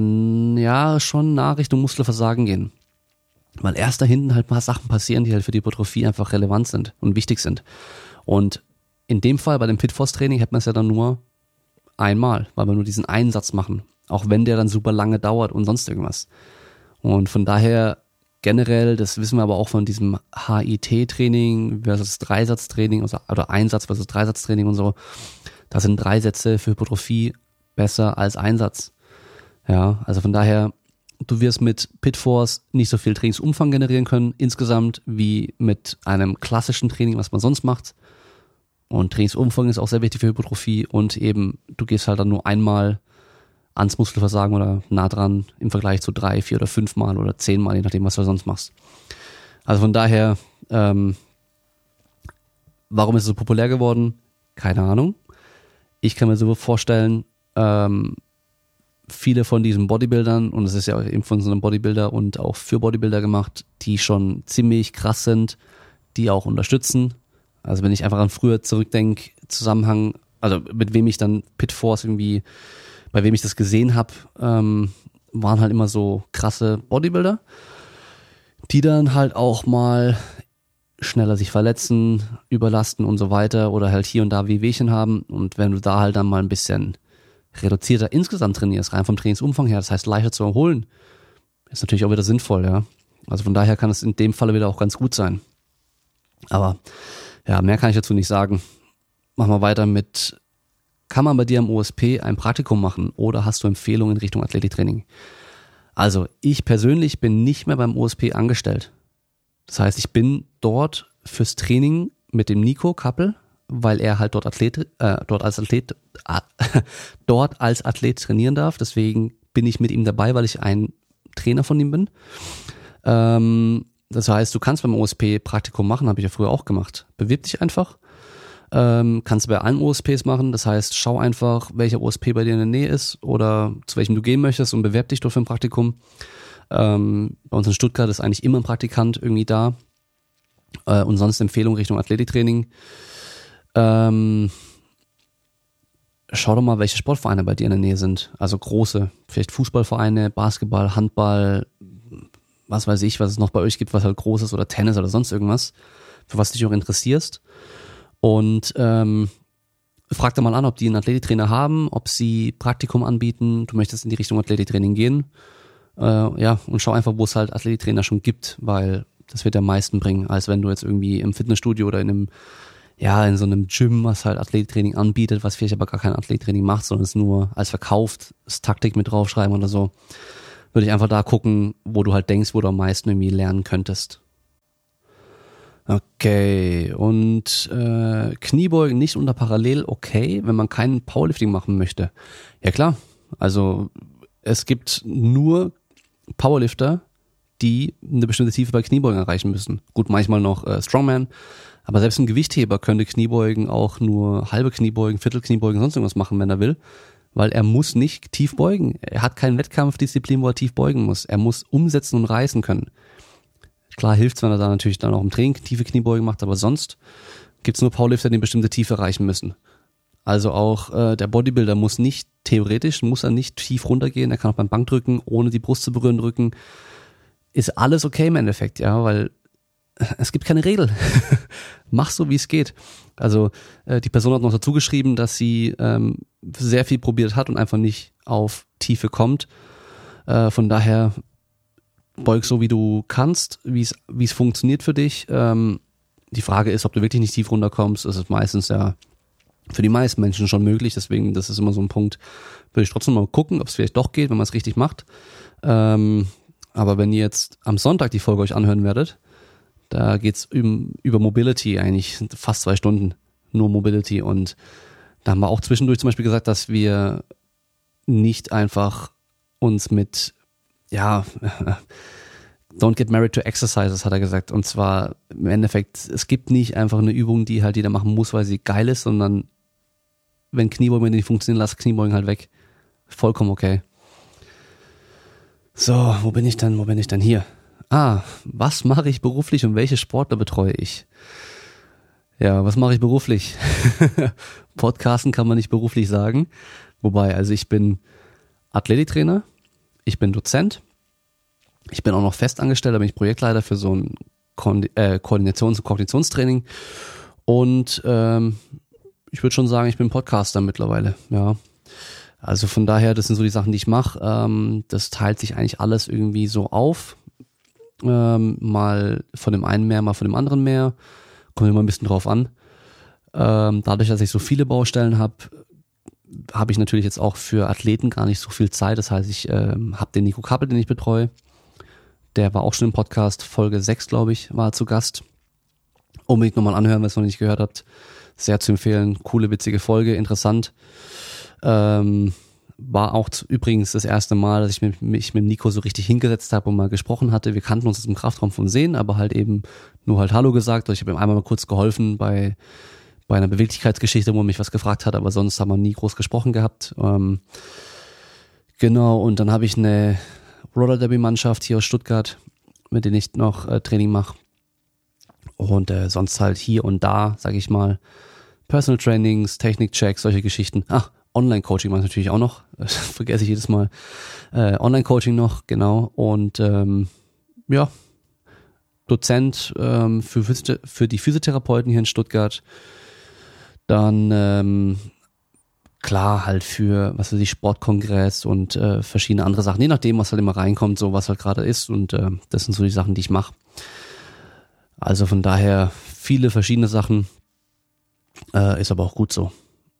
ja schon nah Richtung Muskelversagen gehen. Weil erst da hinten halt mal Sachen passieren, die halt für die Hypertrophie einfach relevant sind und wichtig sind. Und in dem Fall bei dem Pitforce-Training hätte man es ja dann nur einmal, weil wir nur diesen einen Satz machen. Auch wenn der dann super lange dauert und sonst irgendwas. Und von daher generell, das wissen wir aber auch von diesem H I T-Training versus Dreisatztraining oder Einsatz versus Dreisatztraining und so, da sind drei Sätze für Hypertrophie besser als ein Satz. Ja, also von daher, du wirst mit Pitforce nicht so viel Trainingsumfang generieren können insgesamt wie mit einem klassischen Training, was man sonst macht. Und Trainingsumfang ist auch sehr wichtig für Hypertrophie und eben, du gehst halt dann nur einmal ans Muskelversagen oder nah dran im Vergleich zu drei, vier oder fünf Mal oder zehn Mal, je nachdem, was du sonst machst. Also von daher, ähm, warum ist es so populär geworden? Keine Ahnung. Ich kann mir so vorstellen, ähm, viele von diesen Bodybuildern, und es ist ja eben von so einem Bodybuilder und auch für Bodybuilder gemacht, die schon ziemlich krass sind, die auch unterstützen. Also wenn ich einfach an früher zurückdenke, Zusammenhang, also mit wem ich dann Pitforce irgendwie, bei wem ich das gesehen habe, ähm, waren halt immer so krasse Bodybuilder, die dann halt auch mal schneller sich verletzen, überlasten und so weiter oder halt hier und da Wehwehchen haben. Und wenn du da halt dann mal ein bisschen reduzierter insgesamt trainierst, rein vom Trainingsumfang her, das heißt leichter zu erholen, ist natürlich auch wieder sinnvoll, ja. Also von daher kann es in dem Falle wieder auch ganz gut sein. Aber ja, mehr kann ich dazu nicht sagen. Machen wir weiter mit, kann man bei dir am O S P ein Praktikum machen oder hast du Empfehlungen in Richtung Athletiktraining? Also ich persönlich bin nicht mehr beim O S P angestellt. Das heißt, ich bin dort fürs Training mit dem Nico Kappel, weil er halt dort Athlet, äh, dort als Athlet, äh, dort als Athlet trainieren darf. Deswegen bin ich mit ihm dabei, weil ich ein Trainer von ihm bin. Ähm, das heißt, du kannst beim O S P Praktikum machen, habe ich ja früher auch gemacht. Bewirb dich einfach. Ähm, kannst du bei allen O S Ps machen. Das heißt, schau einfach, welcher O S P bei dir in der Nähe ist oder zu welchem du gehen möchtest und bewerb dich dort für ein Praktikum. Ähm, bei uns in Stuttgart ist eigentlich immer ein Praktikant irgendwie da. Äh, und sonst Empfehlung Richtung Athletiktraining. Ähm, schau doch mal, welche Sportvereine bei dir in der Nähe sind. Also große, vielleicht Fußballvereine, Basketball, Handball, was weiß ich, was es noch bei euch gibt, was halt groß ist oder Tennis oder sonst irgendwas, für was dich auch interessierst. Und ähm, frag da mal an, ob die einen Athletiktrainer haben, ob sie Praktikum anbieten, du möchtest in die Richtung Athletiktraining gehen. Äh, ja, und schau einfach, wo es halt Athletiktrainer schon gibt, weil das wird am meisten bringen, als wenn du jetzt irgendwie im Fitnessstudio oder in einem ja, in so einem Gym, was halt Athletiktraining anbietet, was vielleicht aber gar kein Athletiktraining macht, sondern es nur als verkauft, das Taktik mit draufschreiben oder so, würde ich einfach da gucken, wo du halt denkst, wo du am meisten irgendwie lernen könntest. Okay, und äh, Kniebeugen nicht unter Parallel okay, wenn man keinen Powerlifting machen möchte. Ja klar, also es gibt nur Powerlifter, die eine bestimmte Tiefe bei Kniebeugen erreichen müssen. Gut, manchmal noch äh, Strongman, aber selbst ein Gewichtheber könnte Kniebeugen auch nur halbe Kniebeugen, Viertel Kniebeugen, sonst irgendwas machen, wenn er will, weil er muss nicht tief beugen. Er hat keine Wettkampfdisziplin, wo er tief beugen muss. Er muss umsetzen und reißen können. Klar hilft's, wenn er da natürlich dann auch im Training tiefe Kniebeugen macht, aber sonst gibt's nur Powerlifter, die eine bestimmte Tiefe erreichen müssen. Also auch äh, der Bodybuilder muss nicht, theoretisch muss er nicht tief runtergehen, er kann auch beim Bankdrücken, ohne die Brust zu berühren, drücken. Ist alles okay im Endeffekt, ja, weil es gibt keine Regel. Mach so, wie es geht. Also äh, die Person hat noch dazu geschrieben, dass sie ähm, sehr viel probiert hat und einfach nicht auf Tiefe kommt. Äh, von daher beug so, wie du kannst, wie es wie es funktioniert für dich. Ähm, die Frage ist, ob du wirklich nicht tief runterkommst. Das ist meistens ja für die meisten Menschen schon möglich. Deswegen, das ist immer so ein Punkt, würde ich trotzdem mal gucken, ob es vielleicht doch geht, wenn man es richtig macht. Ähm, aber wenn ihr jetzt am Sonntag die Folge euch anhören werdet, da geht's um, über Mobility eigentlich fast zwei Stunden, nur Mobility. Und da haben wir auch zwischendurch zum Beispiel gesagt, dass wir nicht einfach uns mit, ja, don't get married to exercises, hat er gesagt. Und zwar im Endeffekt, es gibt nicht einfach eine Übung, die halt jeder machen muss, weil sie geil ist, sondern wenn Kniebeugen nicht funktionieren, lass Kniebeugen halt weg. Vollkommen okay. So, wo bin ich denn, wo bin ich denn hier? Ah, was mache ich beruflich und welche Sportler betreue ich? Ja, was mache ich beruflich? Podcasten kann man nicht beruflich sagen. Wobei, also ich bin Athletiktrainer, ich bin Dozent, ich bin auch noch festangestellt, da bin ich Projektleiter für so ein Ko- äh, Koordinations- und Kognitionstraining und ähm, ich würde schon sagen, ich bin Podcaster mittlerweile, ja. Also von daher, das sind so die Sachen, die ich mache. Ähm, das teilt sich eigentlich alles irgendwie so auf. Ähm, mal von dem einen mehr, mal von dem anderen mehr. Kommt immer ein bisschen drauf an. Ähm, dadurch, dass ich so viele Baustellen habe, habe ich natürlich jetzt auch für Athleten gar nicht so viel Zeit. Das heißt, ich ähm, habe den Nico Kappel, den ich betreue. Der war auch schon im Podcast, Folge sechs, glaube ich, war zu Gast. Unbedingt nochmal anhören, wenn ihr es noch nicht gehört habt. Sehr zu empfehlen. Coole, witzige Folge, interessant. Ähm, war auch zu, übrigens das erste Mal, dass ich mich, mich mit Nico so richtig hingesetzt habe und mal gesprochen hatte. Wir kannten uns aus dem Kraftraum von Sehen, aber halt eben nur halt Hallo gesagt. Ich habe ihm einmal mal kurz geholfen bei bei einer Beweglichkeitsgeschichte, wo er mich was gefragt hat, aber sonst haben wir nie groß gesprochen gehabt. Ähm, genau, und dann habe ich eine Roller Derby Mannschaft hier aus Stuttgart, mit denen ich noch äh, Training mache. Und äh, sonst halt hier und da, sage ich mal, Personal Trainings, Technikchecks, solche Geschichten. Ach, Online-Coaching mache ich natürlich auch noch. Das vergesse ich jedes Mal. Äh, Online-Coaching noch, genau. Und ähm, ja, Dozent ähm, für, für die Physiotherapeuten hier in Stuttgart. Dann ähm, klar halt für, was weiß ich, Sportkongress und äh, verschiedene andere Sachen, je nachdem, was halt immer reinkommt, so was halt gerade ist. Und äh, das sind so die Sachen, die ich mache. Also von daher viele verschiedene Sachen, äh, ist aber auch gut so.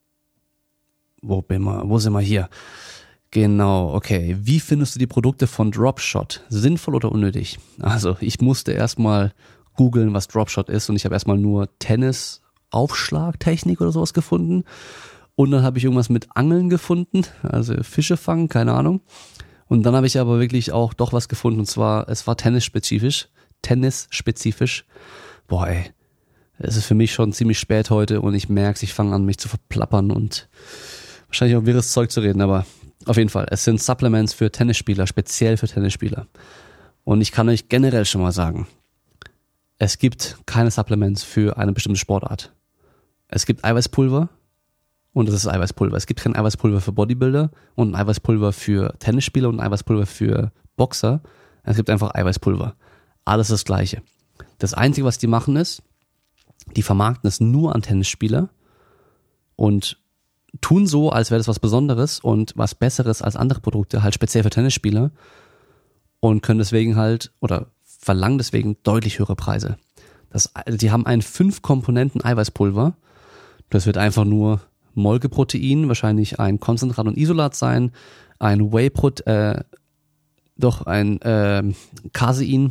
Wo bin wir, wo sind wir hier? Genau, okay. Wie findest du die Produkte von Dropshot? Sinnvoll oder unnötig? Also ich musste erstmal googeln, was Dropshot ist, und ich habe erstmal nur Tennis Aufschlagtechnik oder sowas gefunden. Und dann habe ich irgendwas mit Angeln gefunden, also Fische fangen, keine Ahnung. Und dann habe ich aber wirklich auch doch was gefunden, und zwar, es war tennisspezifisch. Tennisspezifisch. Boah, ey. Es ist für mich schon ziemlich spät heute und ich merke, ich fange an, mich zu verplappern und wahrscheinlich auch wirres Zeug zu reden, aber auf jeden Fall, es sind Supplements für Tennisspieler, speziell für Tennisspieler. Und ich kann euch generell schon mal sagen, es gibt keine Supplements für eine bestimmte Sportart. Es gibt Eiweißpulver und das ist Eiweißpulver. Es gibt kein Eiweißpulver für Bodybuilder und ein Eiweißpulver für Tennisspieler und ein Eiweißpulver für Boxer. Es gibt einfach Eiweißpulver. Alles das Gleiche. Das Einzige, was die machen ist, die vermarkten es nur an Tennisspieler und tun so, als wäre das was Besonderes und was Besseres als andere Produkte, halt speziell für Tennisspieler, und können deswegen halt, oder verlangen deswegen deutlich höhere Preise. Das, die haben ein fünf Komponenten Eiweißpulver. Das wird einfach nur Molkeprotein, wahrscheinlich ein Konzentrat und Isolat sein, ein Whey-Protein, äh, doch ein äh, Casein,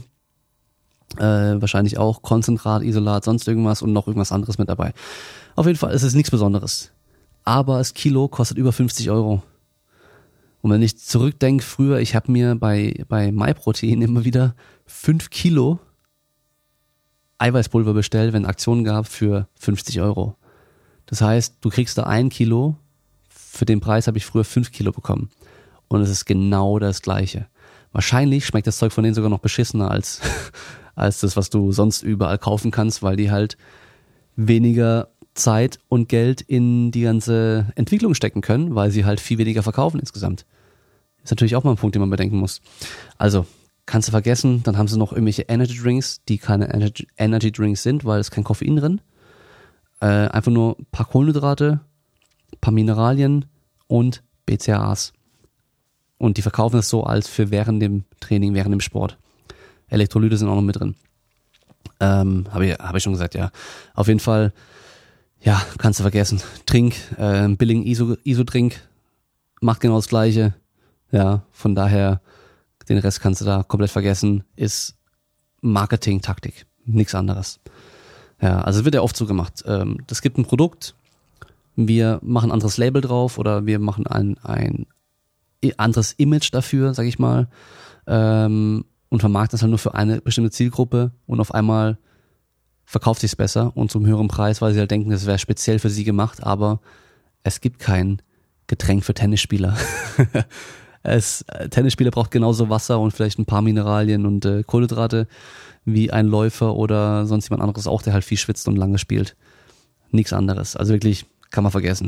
äh, wahrscheinlich auch Konzentrat, Isolat, sonst irgendwas und noch irgendwas anderes mit dabei. Auf jeden Fall ist es nichts Besonderes. Aber das Kilo kostet über fünfzig Euro. Und wenn ich zurückdenke, früher, ich habe mir bei, bei MyProtein immer wieder fünf Kilo Eiweißpulver bestellt, wenn es Aktionen gab, für fünfzig Euro. Das heißt, du kriegst da ein Kilo, für den Preis habe ich früher fünf Kilo bekommen. Und es ist genau das Gleiche. Wahrscheinlich schmeckt das Zeug von denen sogar noch beschissener als, als das, was du sonst überall kaufen kannst, weil die halt weniger Zeit und Geld in die ganze Entwicklung stecken können, weil sie halt viel weniger verkaufen insgesamt. Ist natürlich auch mal ein Punkt, den man bedenken muss. Also, kannst du vergessen, dann haben sie noch irgendwelche Energy Drinks, die keine Energy, Energy Drinks sind, weil es kein Koffein drin. Äh, einfach nur ein paar Kohlenhydrate, ein paar Mineralien und B C A As. Und die verkaufen es so als für während dem Training, während dem Sport. Elektrolyte sind auch noch mit drin. Ähm, habe ich, hab ich schon gesagt, ja. Auf jeden Fall, ja, kannst du vergessen. Trink, äh, einen billigen ISO, ISO-Trink, macht genau das Gleiche. Ja, von daher, den Rest kannst du da komplett vergessen. Ist Marketing-Taktik, nichts anderes. Ja, also es wird ja oft so gemacht. Ähm, das gibt ein Produkt, wir machen ein anderes Label drauf oder wir machen ein, ein anderes Image dafür, sag ich mal, ähm, und vermarkten das halt nur für eine bestimmte Zielgruppe und auf einmal verkauft sich's besser und zum höheren Preis, weil sie halt denken, das wäre speziell für sie gemacht, aber es gibt kein Getränk für Tennisspieler. es, Tennisspieler braucht genauso Wasser und vielleicht ein paar Mineralien und äh, Kohlenhydrate wie ein Läufer oder sonst jemand anderes auch, der halt viel schwitzt und lange spielt. Nichts anderes. Also wirklich, kann man vergessen.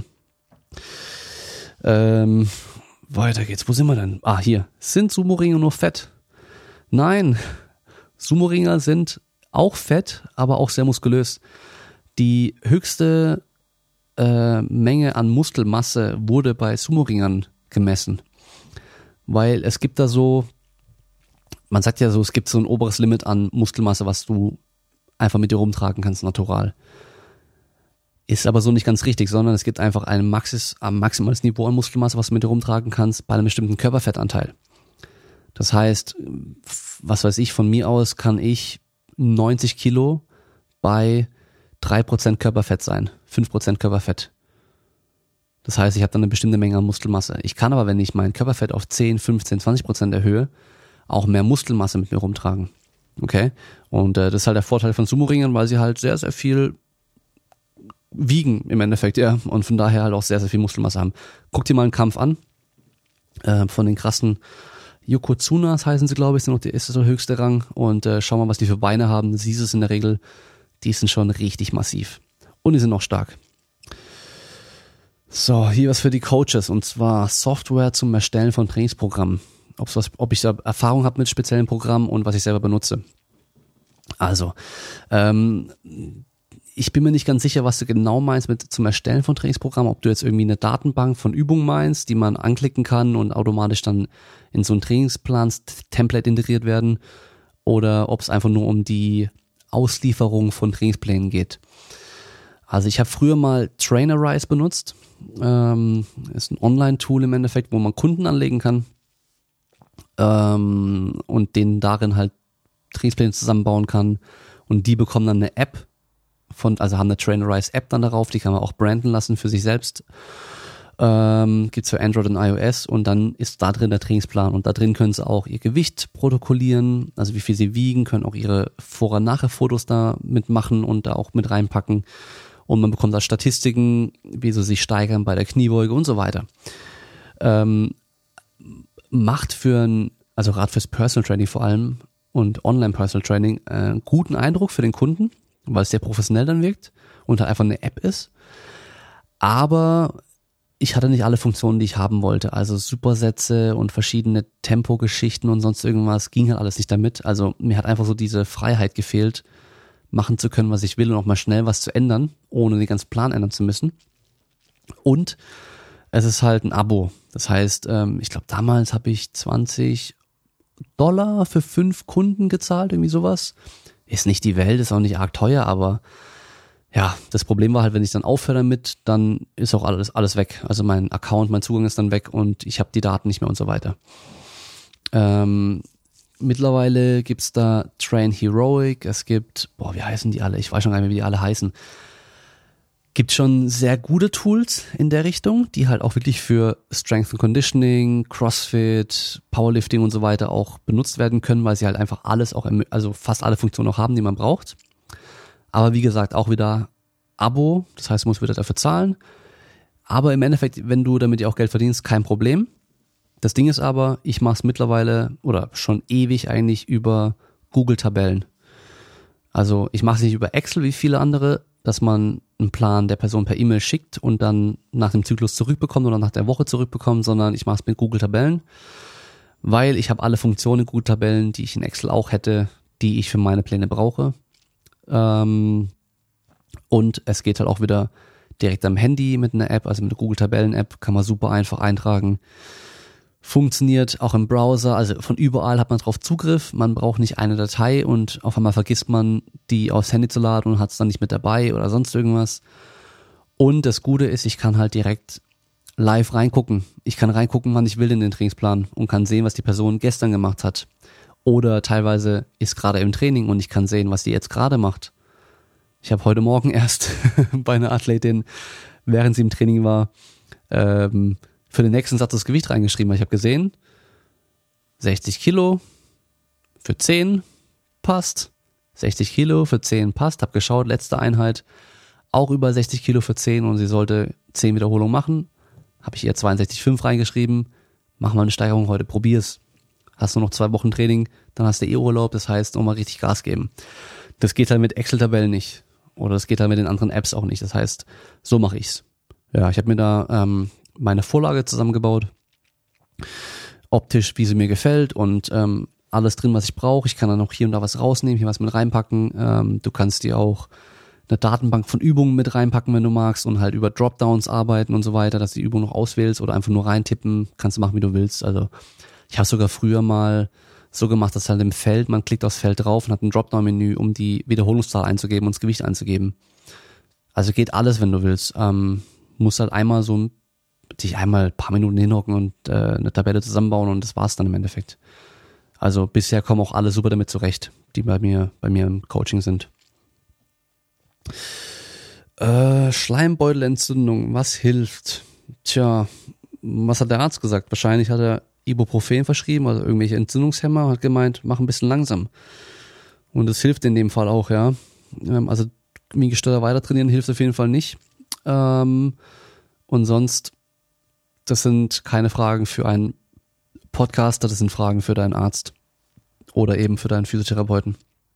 Ähm, weiter geht's. Wo sind wir denn? Ah, hier. Sind Sumo-Ringer nur fett? Nein. Sumo-Ringer sind auch fett, aber auch sehr muskulös. Die höchste äh, Menge an Muskelmasse wurde bei Sumo-Ringern gemessen. Weil es gibt da so, man sagt ja so, es gibt so ein oberes Limit an Muskelmasse, was du einfach mit dir rumtragen kannst, natural. Ist aber so nicht ganz richtig, sondern es gibt einfach ein Maxis, ein maximales Niveau an Muskelmasse, was du mit dir rumtragen kannst, bei einem bestimmten Körperfettanteil. Das heißt, was weiß ich, von mir aus kann ich neunzig Kilo bei drei Prozent Körperfett sein, fünf Prozent Körperfett. Das heißt, ich habe dann eine bestimmte Menge an Muskelmasse. Ich kann aber, wenn ich mein Körperfett auf zehn, fünfzehn, zwanzig Prozent erhöhe, auch mehr Muskelmasse mit mir rumtragen. Okay? Und äh, das ist halt der Vorteil von Sumo-Ringern, weil sie halt sehr, sehr viel wiegen im Endeffekt, ja, und von daher halt auch sehr, sehr viel Muskelmasse haben. Guck dir mal einen Kampf an, äh, von den krassen Yokozunas heißen sie, glaube ich, sind noch die, ist das so der höchste Rang und äh, schau mal, was die für Beine haben, du siehst es in der Regel, die sind schon richtig massiv und die sind auch stark. So, hier was für die Coaches und zwar Software zum Erstellen von Trainingsprogrammen, Ob's was, ob ich da Erfahrung habe mit speziellen Programmen und was ich selber benutze. Also, ähm, ich bin mir nicht ganz sicher, was du genau meinst mit zum Erstellen von Trainingsprogrammen, ob du jetzt irgendwie eine Datenbank von Übungen meinst, die man anklicken kann und automatisch dann in so ein Trainingsplans-Template integriert werden oder ob es einfach nur um die Auslieferung von Trainingsplänen geht. Also ich habe früher mal Trainerize benutzt, ähm, ist ein Online-Tool im Endeffekt, wo man Kunden anlegen kann ähm, und denen darin halt Trainingspläne zusammenbauen kann und die bekommen dann eine App, von, also haben eine Trainerize-App dann darauf, die kann man auch branden lassen für sich selbst. Ähm, gibt's für Android und iOS und dann ist da drin der Trainingsplan und da drin können sie auch ihr Gewicht protokollieren, also wie viel sie wiegen, können auch ihre Vor-und-Nachher-Fotos da mitmachen und da auch mit reinpacken und man bekommt da Statistiken, wie sie sich steigern bei der Kniebeuge und so weiter. Ähm, macht für ein, also gerade fürs Personal Training vor allem und Online Personal Training äh, einen guten Eindruck für den Kunden, weil es sehr professionell dann wirkt und halt einfach eine App ist. Aber ich hatte nicht alle Funktionen, die ich haben wollte. Also Supersätze und verschiedene Tempogeschichten und sonst irgendwas ging halt alles nicht damit. Also mir hat einfach so diese Freiheit gefehlt, machen zu können, was ich will und auch mal schnell was zu ändern, ohne den ganzen Plan ändern zu müssen. Und es ist halt ein Abo. Das heißt, ich glaube damals habe ich zwanzig Dollar für fünf Kunden gezahlt, irgendwie sowas. Ist nicht die Welt, ist auch nicht arg teuer, aber ja, das Problem war halt, wenn ich dann aufhöre damit, dann ist auch alles alles weg. Also mein Account, mein Zugang ist dann weg und ich habe die Daten nicht mehr und so weiter. Ähm, mittlerweile gibt's da Train Heroic, es gibt, boah, wie heißen die alle? Ich weiß schon gar nicht mehr, wie die alle heißen. Gibt schon sehr gute Tools in der Richtung, die halt auch wirklich für Strength and Conditioning, CrossFit, Powerlifting und so weiter auch benutzt werden können, weil sie halt einfach alles auch, also fast alle Funktionen auch haben, die man braucht. Aber wie gesagt, auch wieder Abo, das heißt, du musst wieder dafür zahlen. Aber im Endeffekt, wenn du damit ja auch Geld verdienst, kein Problem. Das Ding ist aber, ich mache es mittlerweile oder schon ewig eigentlich über Google-Tabellen. Also ich mache es nicht über Excel wie viele andere, dass man einen Plan der Person per E-Mail schickt und dann nach dem Zyklus zurückbekommt oder nach der Woche zurückbekommt, sondern ich mache es mit Google-Tabellen, weil ich habe alle Funktionen in Google-Tabellen, die ich in Excel auch hätte, die ich für meine Pläne brauche. Ähm, und es geht halt auch wieder direkt am Handy mit einer App, also mit der Google-Tabellen-App, kann man super einfach eintragen. Funktioniert auch im Browser, also von überall hat man drauf Zugriff. Man braucht nicht eine Datei und auf einmal vergisst man, die aufs Handy zu laden und hat es dann nicht mit dabei oder sonst irgendwas. Und das Gute ist, ich kann halt direkt live reingucken. Ich kann reingucken, wann ich will in den Trainingsplan und kann sehen, was die Person gestern gemacht hat. Oder teilweise ist gerade im Training und ich kann sehen, was die jetzt gerade macht. Ich habe heute Morgen erst bei einer Athletin, während sie im Training war, ähm, für den nächsten Satz das Gewicht reingeschrieben. Ich habe gesehen, sechzig Kilo für zehn passt, sechzig Kilo für zehn passt. Habe geschaut, letzte Einheit auch über sechzig Kilo für zehn und sie sollte zehn Wiederholungen machen. Habe ich ihr zweiundsechzig Komma fünf reingeschrieben. Mach mal eine Steigerung heute, probier's. Hast du noch zwei Wochen Training, dann hast du eh Urlaub, das heißt, nochmal richtig Gas geben. Das geht halt mit Excel-Tabellen nicht. Oder das geht halt mit den anderen Apps auch nicht. Das heißt, so mache ich's. Ja, ich habe mir da ähm, meine Vorlage zusammengebaut. Optisch, wie sie mir gefällt und ähm, alles drin, was ich brauche. Ich kann dann auch hier und da was rausnehmen, hier was mit reinpacken. Ähm, du kannst dir auch eine Datenbank von Übungen mit reinpacken, wenn du magst und halt über Dropdowns arbeiten und so weiter, dass du die Übung noch auswählst oder einfach nur reintippen. Kannst du machen, wie du willst. Also ich habe sogar früher mal so gemacht, dass halt im Feld, man klickt aufs Feld drauf und hat ein Dropdown-Menü, um die Wiederholungszahl einzugeben und das Gewicht einzugeben. Also geht alles, wenn du willst. Ähm, musst halt einmal so dich einmal ein paar Minuten hinhocken und äh, eine Tabelle zusammenbauen und das war's dann im Endeffekt. Also bisher kommen auch alle super damit zurecht, die bei mir bei mir im Coaching sind. Äh, Schleimbeutelentzündung, was hilft? Tja, was hat der Arzt gesagt? Wahrscheinlich hat er Ibuprofen verschrieben, also irgendwelche Entzündungshemmer, hat gemeint, mach ein bisschen langsam. Und das hilft in dem Fall auch, ja. Ähm, also wie gesteuert weiter trainieren hilft auf jeden Fall nicht. Ähm, und sonst, das sind keine Fragen für einen Podcaster, das sind Fragen für deinen Arzt oder eben für deinen Physiotherapeuten.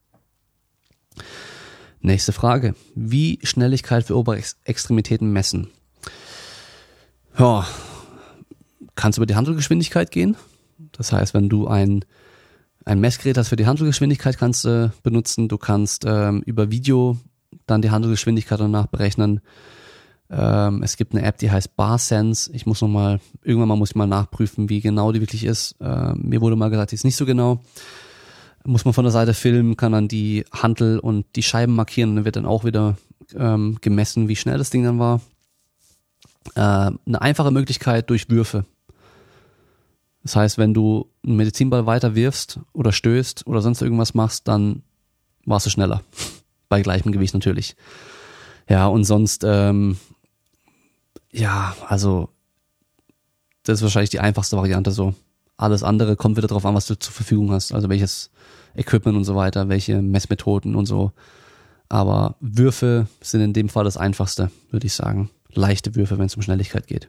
Nächste Frage. Wie Schnelligkeit für Oberextremitäten messen? Ja, kannst über die Hantelgeschwindigkeit gehen. Das heißt, wenn du ein, ein Messgerät hast für die Hantelgeschwindigkeit, kannst du äh, benutzen. Du kannst ähm, über Video dann die Hantelgeschwindigkeit danach berechnen. Ähm, es gibt eine App, die heißt BarSense. Ich muss noch mal, irgendwann mal muss ich mal nachprüfen, wie genau die wirklich ist. Ähm, mir wurde mal gesagt, die ist nicht so genau. Muss man von der Seite filmen, kann dann die Hantel und die Scheiben markieren und dann wird dann auch wieder ähm, gemessen, wie schnell das Ding dann war. Äh, eine einfache Möglichkeit durch Würfe. Das heißt, wenn du einen Medizinball weiter wirfst oder stößt oder sonst irgendwas machst, dann warst du schneller. Bei gleichem Gewicht natürlich. Ja, und sonst, ähm, ja, also das ist wahrscheinlich die einfachste Variante so. Alles andere kommt wieder drauf an, was du zur Verfügung hast. Also welches Equipment und so weiter, welche Messmethoden und so. Aber Würfe sind in dem Fall das Einfachste, würde ich sagen. Leichte Würfe, wenn es um Schnelligkeit geht.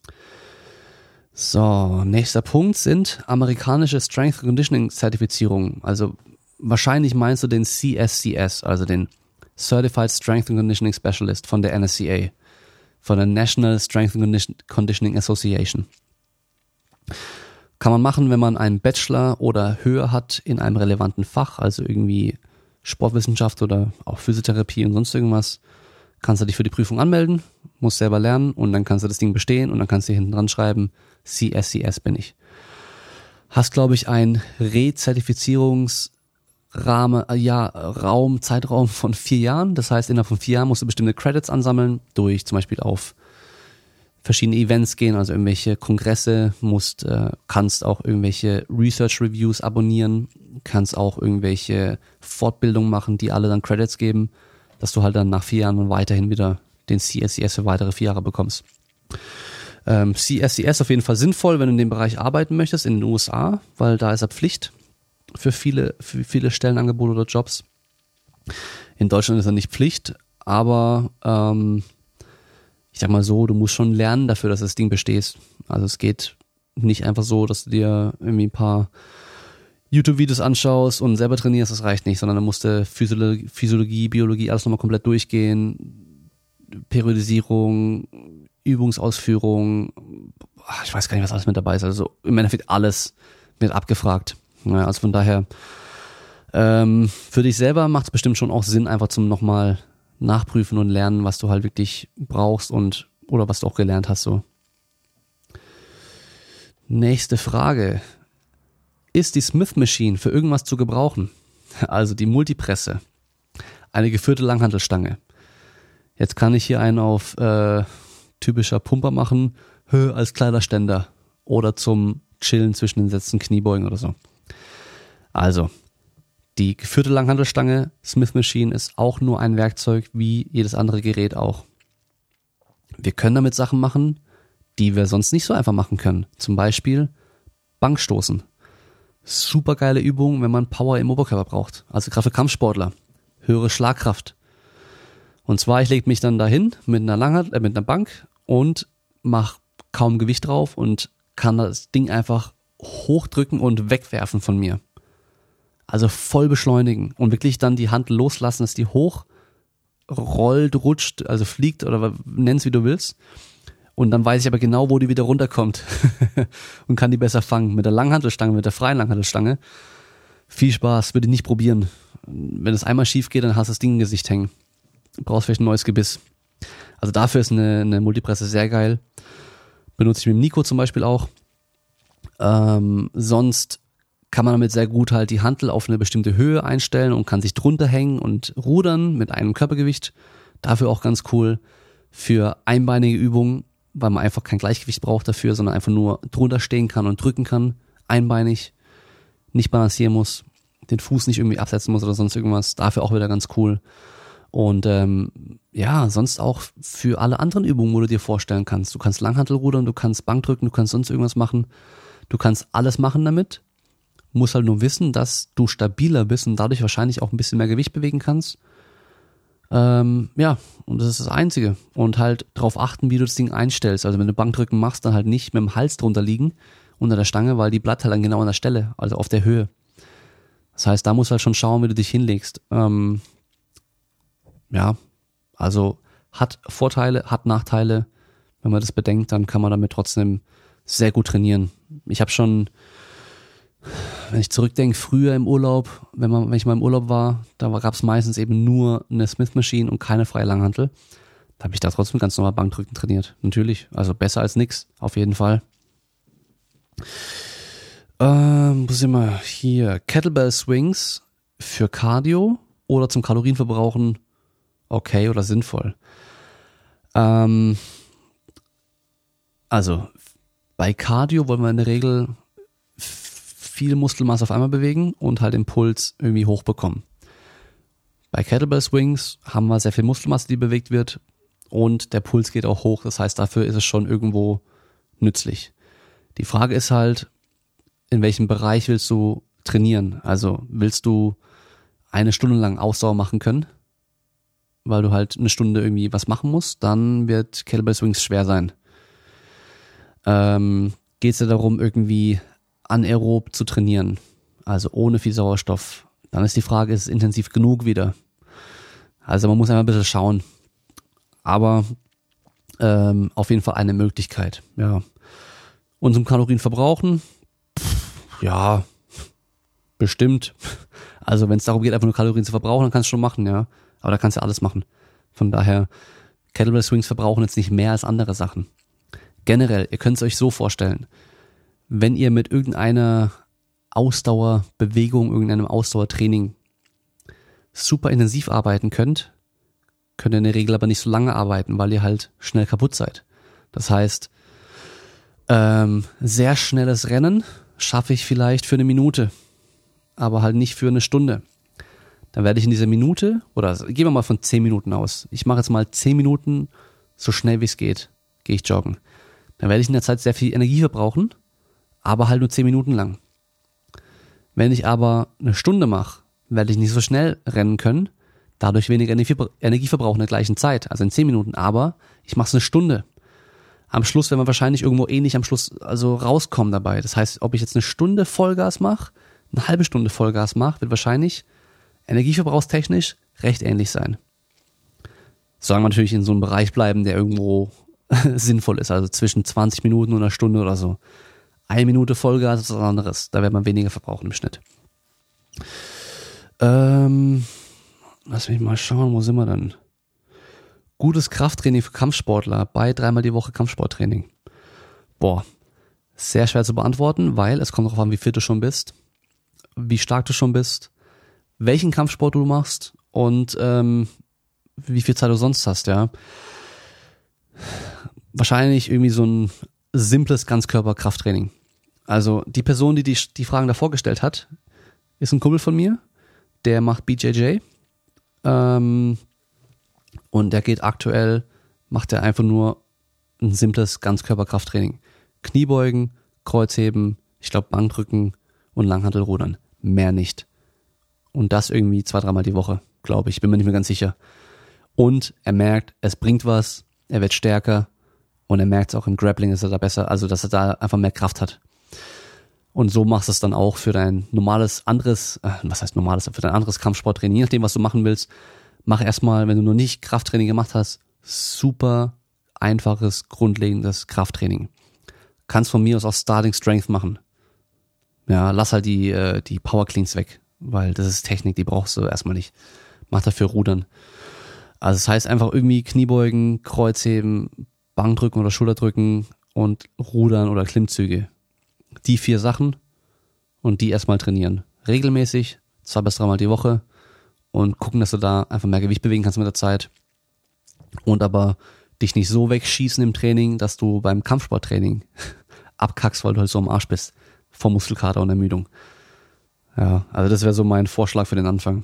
So, nächster Punkt sind amerikanische Strength Conditioning Zertifizierungen. Also wahrscheinlich meinst du den C S C S, also den Certified Strength and Conditioning Specialist von der N S C A, von der National Strength and Conditioning Association. Kann man machen, wenn man einen Bachelor oder höher hat in einem relevanten Fach, also irgendwie Sportwissenschaft oder auch Physiotherapie und sonst irgendwas. Kannst du dich für die Prüfung anmelden, musst selber lernen und dann kannst du das Ding bestehen und dann kannst du hinten dran schreiben, C S C S bin ich. Hast, glaube ich, ein Rezertifizierungsrahmen, äh, ja, Raum, Zeitraum von vier Jahren. Das heißt, innerhalb von vier Jahren musst du bestimmte Credits ansammeln, durch zum Beispiel auf verschiedene Events gehen, also irgendwelche Kongresse, musst, äh, kannst auch irgendwelche Research Reviews abonnieren, kannst auch irgendwelche Fortbildungen machen, die alle dann Credits geben, dass du halt dann nach vier Jahren weiterhin wieder den C S C S für weitere vier Jahre bekommst. Ähm, C S C S auf jeden Fall sinnvoll, wenn du in dem Bereich arbeiten möchtest, in den U S A, weil da ist er Pflicht für viele, für viele Stellenangebote oder Jobs. In Deutschland ist er nicht Pflicht, aber ähm, ich sag mal so, du musst schon lernen dafür, dass das Ding bestehst. Also es geht nicht einfach so, dass du dir irgendwie ein paar YouTube-Videos anschaust und selber trainierst, das reicht nicht, sondern da musst du Physiologie, Physiologie, Biologie, alles nochmal komplett durchgehen, Periodisierung, Übungsausführung, ich weiß gar nicht, was alles mit dabei ist, also im Endeffekt alles wird abgefragt. Ja, also von daher, ähm, für dich selber macht es bestimmt schon auch Sinn, einfach zum nochmal nachprüfen und lernen, was du halt wirklich brauchst und oder was du auch gelernt hast. So. Nächste Frage. Ist die Smith Machine für irgendwas zu gebrauchen? Also die Multipresse. Eine geführte Langhantelstange. Jetzt kann ich hier einen auf äh, typischer Pumper machen, hö, als Kleiderständer oder zum Chillen zwischen den Sätzen Kniebeugen oder so. Also, die geführte Langhantelstange, Smith Machine, ist auch nur ein Werkzeug wie jedes andere Gerät auch. Wir können damit Sachen machen, die wir sonst nicht so einfach machen können. Zum Beispiel Bankstoßen. Super geile Übung, wenn man Power im Oberkörper braucht. Also gerade für Kampfsportler. Höhere Schlagkraft. Und zwar, ich lege mich dann dahin mit einer Langhantel, äh, mit einer Bank und mache kaum Gewicht drauf und kann das Ding einfach hochdrücken und wegwerfen von mir. Also voll beschleunigen und wirklich dann die Hantel loslassen, dass die hoch rollt, rutscht, also fliegt oder nenn's wie du willst. Und dann weiß ich aber genau, wo die wieder runterkommt und kann die besser fangen. Mit der Langhantelstange, mit der freien Langhantelstange. Viel Spaß, würde ich nicht probieren. Wenn es einmal schief geht, dann hast du das Ding im Gesicht hängen. Du brauchst vielleicht ein neues Gebiss. Also dafür ist eine, eine Multipresse sehr geil. Benutze ich mit dem Nico zum Beispiel auch. Ähm, sonst kann man damit sehr gut halt die Hantel auf eine bestimmte Höhe einstellen und kann sich drunter hängen und rudern mit einem Körpergewicht. Dafür auch ganz cool. Für einbeinige Übungen, weil man einfach kein Gleichgewicht braucht dafür, sondern einfach nur drunter stehen kann und drücken kann. Einbeinig, nicht balancieren muss, den Fuß nicht irgendwie absetzen muss oder sonst irgendwas. Dafür auch wieder ganz cool. Und ähm, ja, sonst auch für alle anderen Übungen, wo du dir vorstellen kannst. Du kannst Langhantelrudern, du kannst Bankdrücken, du kannst sonst irgendwas machen. Du kannst alles machen damit. Musst halt nur wissen, dass du stabiler bist und dadurch wahrscheinlich auch ein bisschen mehr Gewicht bewegen kannst. Ähm, ja, und das ist das Einzige. Und halt darauf achten, wie du das Ding einstellst. Also wenn du Bankdrücken machst, dann halt nicht mit dem Hals drunter liegen unter der Stange, weil die bleibt halt dann genau an der Stelle, also auf der Höhe. Das heißt, da musst du halt schon schauen, wie du dich hinlegst. Ähm, ja, also hat Vorteile, hat Nachteile. Wenn man das bedenkt, dann kann man damit trotzdem sehr gut trainieren. Ich habe schon, wenn ich zurückdenke, früher im Urlaub, wenn man, wenn ich mal im Urlaub war, da gab es meistens eben nur eine Smith Machine und keine freie Langhantel. Da habe ich da trotzdem ganz normal Bankdrücken trainiert. Natürlich, also besser als nix, auf jeden Fall. Ähm, wo sind wir? Hier, Kettlebell Swings für Cardio oder zum Kalorienverbrauchen okay oder sinnvoll. Ähm, also bei Cardio wollen wir in der Regel viel Muskelmasse auf einmal bewegen und halt den Puls irgendwie hochbekommen. Bei Kettlebell Swings haben wir sehr viel Muskelmasse, die bewegt wird und der Puls geht auch hoch. Das heißt, dafür ist es schon irgendwo nützlich. Die Frage ist halt, in welchem Bereich willst du trainieren? Also willst du eine Stunde lang Ausdauer machen können, weil du halt eine Stunde irgendwie was machen musst, dann wird Kettlebell Swings schwer sein. Ähm, geht es dir darum, irgendwie anaerob zu trainieren, also ohne viel Sauerstoff, dann ist die Frage, ist es intensiv genug wieder? Also man muss einfach ein bisschen schauen. Aber ähm, auf jeden Fall eine Möglichkeit, ja. Und zum Kalorienverbrauchen, pff, ja, bestimmt. Also wenn es darum geht, einfach nur Kalorien zu verbrauchen, dann kannst du schon machen, ja. Aber da kannst du alles machen. Von daher, Kettlebell Swings verbrauchen jetzt nicht mehr als andere Sachen. Generell, ihr könnt es euch so vorstellen, wenn ihr mit irgendeiner Ausdauerbewegung, irgendeinem Ausdauertraining super intensiv arbeiten könnt, könnt ihr in der Regel aber nicht so lange arbeiten, weil ihr halt schnell kaputt seid. Das heißt, ähm, sehr schnelles Rennen schaffe ich vielleicht für eine Minute, aber halt nicht für eine Stunde. Dann werde ich in dieser Minute, oder gehen wir mal von zehn Minuten aus. Ich mache jetzt mal zehn Minuten, so schnell wie es geht, gehe ich joggen. Dann werde ich in der Zeit sehr viel Energie verbrauchen, aber halt nur zehn Minuten lang. Wenn ich aber eine Stunde mache, werde ich nicht so schnell rennen können, dadurch weniger Energie verbrauchen in der gleichen Zeit, also in zehn Minuten, aber ich mache es eine Stunde. Am Schluss werden wir wahrscheinlich irgendwo ähnlich am Schluss also rauskommen dabei. Das heißt, ob ich jetzt eine Stunde Vollgas mache, eine halbe Stunde Vollgas mache, wird wahrscheinlich energieverbrauchstechnisch recht ähnlich sein. Solange wir natürlich in so einem Bereich bleiben, der irgendwo sinnvoll ist, also zwischen zwanzig Minuten und einer Stunde oder so. Eine Minute Vollgas ist was anderes, da wird man weniger verbrauchen im Schnitt. Ähm, lass mich mal schauen, wo sind wir denn? Gutes Krafttraining für Kampfsportler, bei dreimal die Woche Kampfsporttraining. Boah, Sehr schwer zu beantworten, weil es kommt darauf an, wie fit du schon bist, wie stark du schon bist, welchen Kampfsport du machst und ähm, wie viel Zeit du sonst hast, ja. Wahrscheinlich irgendwie so ein simples Ganzkörper-Krafttraining. Also die Person, die, die die Fragen davor gestellt hat, ist ein Kumpel von mir, der macht B J J ähm, und der geht aktuell, macht er einfach nur ein simples Ganzkörper-Krafttraining. Kniebeugen, Kreuzheben, ich glaube Bankdrücken und Langhantelrudern. Mehr nicht. Und das irgendwie zwei, dreimal die Woche, glaube ich. Bin mir nicht mehr ganz sicher. Und er merkt, es bringt was, er wird stärker und er merkt es auch im Grappling, ist er da besser, also dass er da einfach mehr Kraft hat. Und so machst du es dann auch für dein normales, anderes, äh, was heißt normales, für dein anderes Kampfsporttraining, je nachdem, was du machen willst. Mach erstmal, wenn du noch nicht Krafttraining gemacht hast, super einfaches, grundlegendes Krafttraining. Kannst von mir aus auch Starting Strength machen. Ja, lass halt die, äh, die Power Cleans weg, weil das ist Technik, die brauchst du erstmal nicht. Mach dafür Rudern. Also das heißt einfach irgendwie Kniebeugen, Kreuzheben, Bankdrücken oder Schulterdrücken und Rudern oder Klimmzüge. Die vier Sachen und die erstmal trainieren. Regelmäßig, zwei bis dreimal die Woche und gucken, dass du da einfach mehr Gewicht bewegen kannst mit der Zeit. Und aber dich nicht so wegschießen im Training, dass du beim Kampfsporttraining abkackst, weil du halt so am Arsch bist. Vor Muskelkater und Ermüdung. Ja, also das wäre so mein Vorschlag für den Anfang.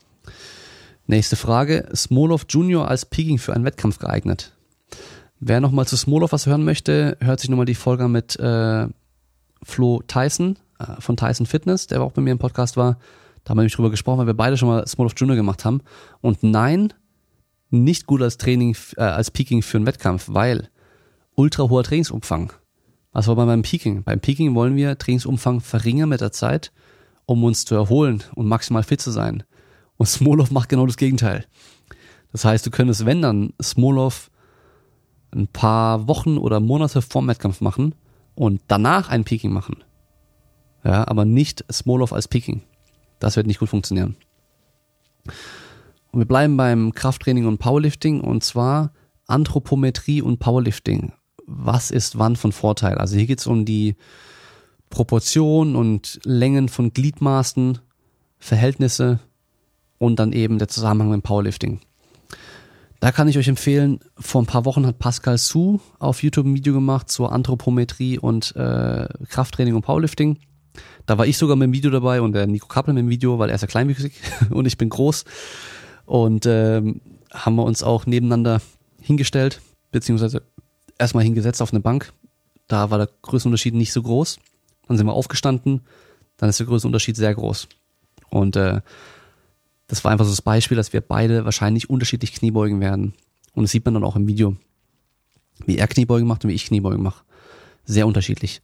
Nächste Frage. Smolov Junior als Peking für einen Wettkampf geeignet? Wer nochmal zu Smolov was hören möchte, hört sich nochmal die Folge mit äh, Flo Tyson äh, von Tyson Fitness, der auch bei mir im Podcast war. Da haben wir nämlich drüber gesprochen, weil wir beide schon mal Smolov Junior gemacht haben. Und nein, nicht gut als Training, äh, als Peking für einen Wettkampf, weil ultra hoher Trainingsumfang. Was war beim Peking? Beim Peking wollen wir Trainingsumfang verringern mit der Zeit, um uns zu erholen und maximal fit zu sein. Und Smolov macht genau das Gegenteil. Das heißt, du könntest, wenn dann, Smolov ein paar Wochen oder Monate vorm Wettkampf machen und danach ein Peking machen. Ja, aber nicht Smolov als Peking. Das wird nicht gut funktionieren. Und wir bleiben beim Krafttraining und Powerlifting und zwar Anthropometrie und Powerlifting. Was ist wann von Vorteil? Also hier geht es um die Proportion und Längen von Gliedmaßen, Verhältnisse und dann eben der Zusammenhang mit dem Powerlifting. Da kann ich euch empfehlen, vor ein paar Wochen hat Pascal Su auf YouTube ein Video gemacht zur Anthropometrie und äh, Krafttraining und Powerlifting. Da war ich sogar mit dem Video dabei und der Nico Kappel mit dem Video, weil er ist ja kleinwüchsig und ich bin groß. Und ähm, haben wir uns auch nebeneinander hingestellt, beziehungsweise erstmal hingesetzt auf eine Bank. Da war der Größenunterschied nicht so groß. Dann sind wir aufgestanden, dann ist der Größenunterschied sehr groß. Und äh, das war einfach so das Beispiel, dass wir beide wahrscheinlich unterschiedlich Kniebeugen werden. Und das sieht man dann auch im Video. Wie er Kniebeugen macht und wie ich Kniebeugen mache. Sehr unterschiedlich.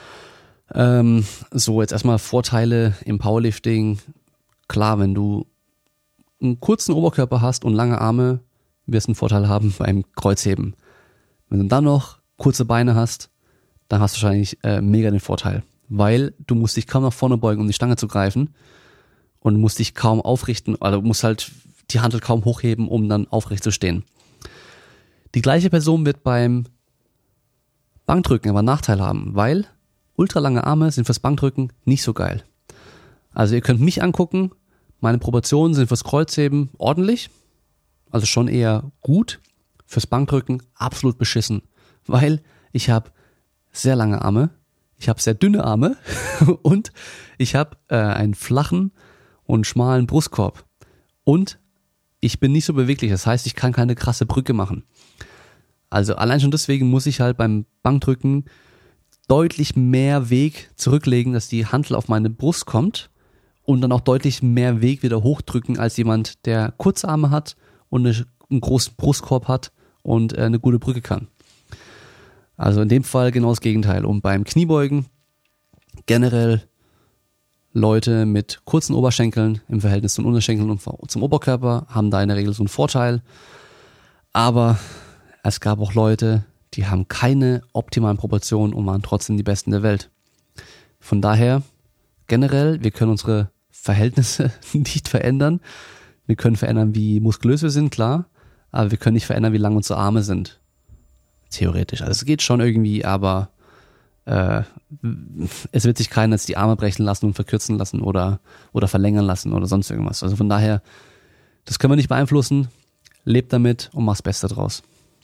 Ähm, so, jetzt erstmal Vorteile im Powerlifting. Klar, wenn du einen kurzen Oberkörper hast und lange Arme, wirst du einen Vorteil haben beim Kreuzheben. Wenn du dann noch kurze Beine hast, dann hast du wahrscheinlich äh, mega den Vorteil. Weil du musst dich kaum nach vorne beugen, um die Stange zu greifen. Und musst dich kaum aufrichten, also musst halt die Hantel kaum hochheben, um dann aufrecht zu stehen. Die gleiche Person wird beim Bankdrücken aber einen Nachteil haben, weil ultralange Arme sind fürs Bankdrücken nicht so geil. Also ihr könnt mich angucken, meine Proportionen sind fürs Kreuzheben ordentlich, also schon eher gut, fürs Bankdrücken absolut beschissen, weil ich habe sehr lange Arme, ich habe sehr dünne Arme und ich habe äh, einen flachen und schmalen Brustkorb. Und ich bin nicht so beweglich, das heißt, ich kann keine krasse Brücke machen. Also allein schon deswegen muss ich halt beim Bankdrücken deutlich mehr Weg zurücklegen, dass die Hantel auf meine Brust kommt und dann auch deutlich mehr Weg wieder hochdrücken als jemand, der kurze Arme hat und eine, einen großen Brustkorb hat und äh, eine gute Brücke kann. Also in dem Fall genau das Gegenteil. Und beim Kniebeugen generell Leute mit kurzen Oberschenkeln im Verhältnis zu den Unterschenkeln und zum Oberkörper haben da in der Regel so einen Vorteil. Aber es gab auch Leute, die haben keine optimalen Proportionen und waren trotzdem die Besten der Welt. Von daher, generell, wir können unsere Verhältnisse nicht verändern. Wir können verändern, wie muskulös wir sind, klar. Aber wir können nicht verändern, wie lang unsere Arme sind. Theoretisch. Also es geht schon irgendwie, aber äh, es wird sich keiner jetzt die Arme brechen lassen und verkürzen lassen oder, oder verlängern lassen oder sonst irgendwas. Also von daher, das können wir nicht beeinflussen. Lebt damit und mach das Beste draus.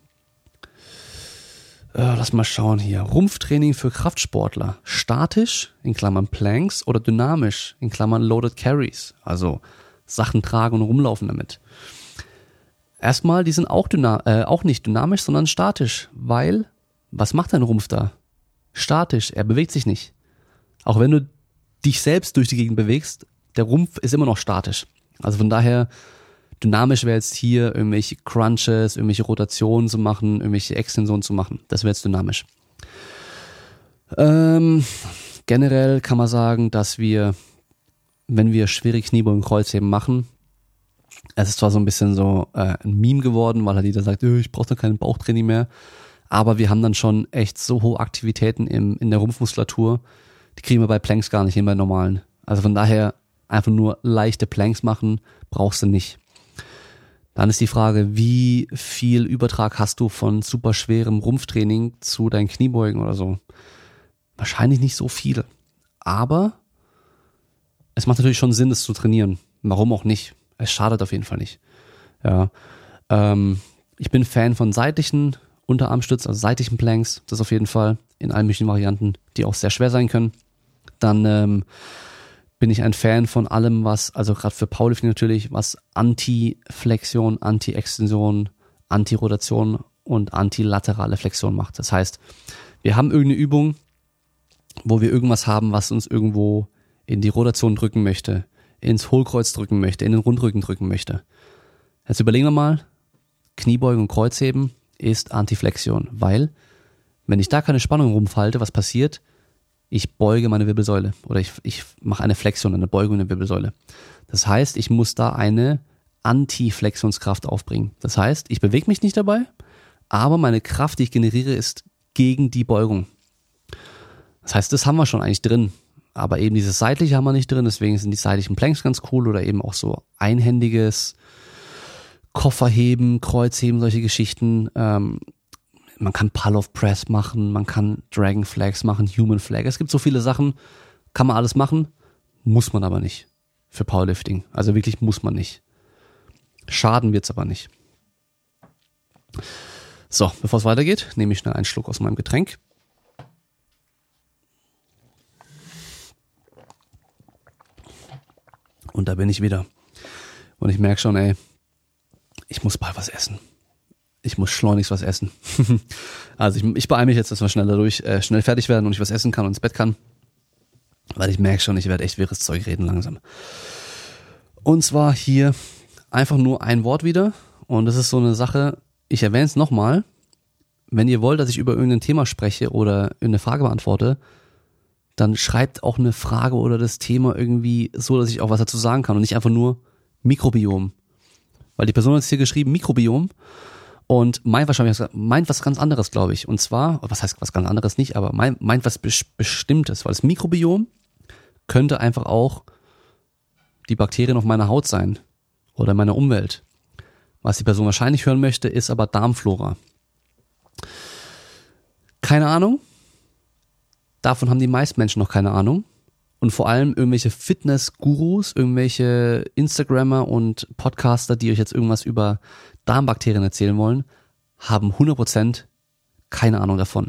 Äh, lass mal schauen hier. Rumpftraining für Kraftsportler. Statisch, in Klammern Planks, oder dynamisch, in Klammern Loaded Carries. Also Sachen tragen und rumlaufen damit. Erstmal, die sind auch, dyna- äh, auch nicht dynamisch, sondern statisch. Weil, was macht dein Rumpf da? Statisch, er bewegt sich nicht. Auch wenn du dich selbst durch die Gegend bewegst, der Rumpf ist immer noch statisch. Also von daher, dynamisch wäre jetzt hier irgendwelche Crunches, irgendwelche Rotationen zu machen, irgendwelche Extensionen zu machen. Das wäre jetzt dynamisch. Ähm, generell kann man sagen, dass wir, wenn wir schwere Kniebeugen, Kreuzheben machen, es ist zwar so ein bisschen so äh, ein Meme geworden, weil halt jeder sagt, ich brauche dann keinen Bauchtraining mehr, aber wir haben dann schon echt so hohe Aktivitäten im, in der Rumpfmuskulatur, die kriegen wir bei Planks gar nicht hin, bei normalen. Also von daher einfach nur leichte Planks machen, brauchst du nicht. Dann ist die Frage, wie viel Übertrag hast du von super schwerem Rumpftraining zu deinen Kniebeugen oder so? Wahrscheinlich nicht so viel. Aber es macht natürlich schon Sinn, das zu trainieren. Warum auch nicht? Es schadet auf jeden Fall nicht. Ja, ähm, ich bin Fan von seitlichen Unterarmstütz, also seitlichen Planks. Das auf jeden Fall in allen möglichen Varianten, die auch sehr schwer sein können. Dann ähm, bin ich ein Fan von allem, was, also gerade für Powerlifting natürlich, was Anti-Flexion, Anti-Extension, Anti-Rotation und antilaterale Flexion macht. Das heißt, wir haben irgendeine Übung, wo wir irgendwas haben, was uns irgendwo in die Rotation drücken möchte, ins Hohlkreuz drücken möchte, in den Rundrücken drücken möchte. Jetzt überlegen wir mal, Kniebeugen und Kreuzheben ist Anti-Flexion, weil wenn ich da keine Spannung rumhalte, was passiert? Ich beuge meine Wirbelsäule oder ich, ich mache eine Flexion, eine Beugung in der Wirbelsäule. Das heißt, ich muss da eine Anti-Flexionskraft aufbringen. Das heißt, ich bewege mich nicht dabei, aber meine Kraft, die ich generiere, ist gegen die Beugung. Das heißt, das haben wir schon eigentlich drin. Aber eben dieses seitliche haben wir nicht drin, deswegen sind die seitlichen Planks ganz cool oder eben auch so einhändiges Kofferheben, Kreuzheben, solche Geschichten. Ähm, man kann Pull-Off Press machen, man kann Dragon Flags machen, Human Flag. Es gibt so viele Sachen, kann man alles machen, muss man aber nicht für Powerlifting. Also wirklich muss man nicht. Schaden wird's aber nicht. So, bevor es weitergeht, nehme ich schnell einen Schluck aus meinem Getränk. Und da bin ich wieder. Und ich merke schon, ey, ich muss bald was essen. Ich muss schleunigst was essen. Also ich, ich beeile mich jetzt, dass wir schneller durch, äh, schnell fertig werden und ich was essen kann und ins Bett kann. Weil ich merke schon, ich werde echt wirres Zeug reden langsam. Und zwar hier einfach nur ein Wort wieder. Und das ist so eine Sache, ich erwähne es nochmal. Wenn ihr wollt, dass ich über irgendein Thema spreche oder eine Frage beantworte, dann schreibt auch eine Frage oder das Thema irgendwie so, dass ich auch was dazu sagen kann und nicht einfach nur Mikrobiom. Weil die Person hat jetzt hier geschrieben Mikrobiom und meint wahrscheinlich meint was ganz anderes, glaube ich. Und zwar, was heißt was ganz anderes nicht, aber meint, meint was Bestimmtes, weil das Mikrobiom könnte einfach auch die Bakterien auf meiner Haut sein oder in meiner Umwelt. Was die Person wahrscheinlich hören möchte, ist aber Darmflora. Keine Ahnung. Davon haben die meisten Menschen noch keine Ahnung. Und vor allem irgendwelche Fitness-Gurus, irgendwelche Instagrammer und Podcaster, die euch jetzt irgendwas über Darmbakterien erzählen wollen, haben hundert Prozent keine Ahnung davon.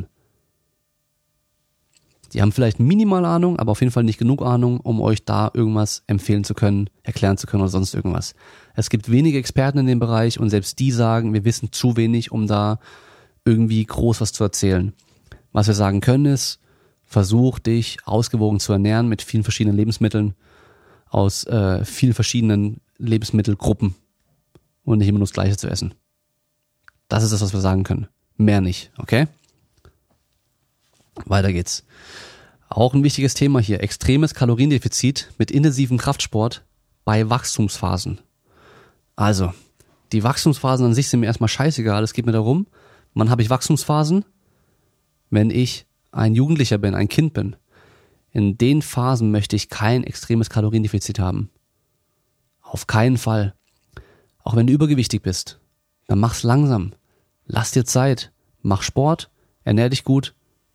Die haben vielleicht minimal Ahnung, aber auf jeden Fall nicht genug Ahnung, um euch da irgendwas empfehlen zu können, erklären zu können oder sonst irgendwas. Es gibt wenige Experten in dem Bereich und selbst die sagen, wir wissen zu wenig, um da irgendwie groß was zu erzählen. Was wir sagen können ist, versuch dich ausgewogen zu ernähren mit vielen verschiedenen Lebensmitteln aus äh, vielen verschiedenen Lebensmittelgruppen und nicht immer nur das Gleiche zu essen. Das ist das, was wir sagen können. Mehr nicht, okay? Weiter geht's. Auch ein wichtiges Thema hier. Extremes Kaloriendefizit mit intensivem Kraftsport bei Wachstumsphasen. Also, die Wachstumsphasen an sich sind mir erstmal scheißegal. Es geht mir darum, wann habe ich Wachstumsphasen? Wenn ich ein Jugendlicher bin, ein Kind bin. In den Phasen möchte ich kein extremes Kaloriendefizit haben. Auf keinen Fall. Auch wenn du übergewichtig bist, dann mach's langsam. Lass dir Zeit. Mach Sport, ernähr dich gut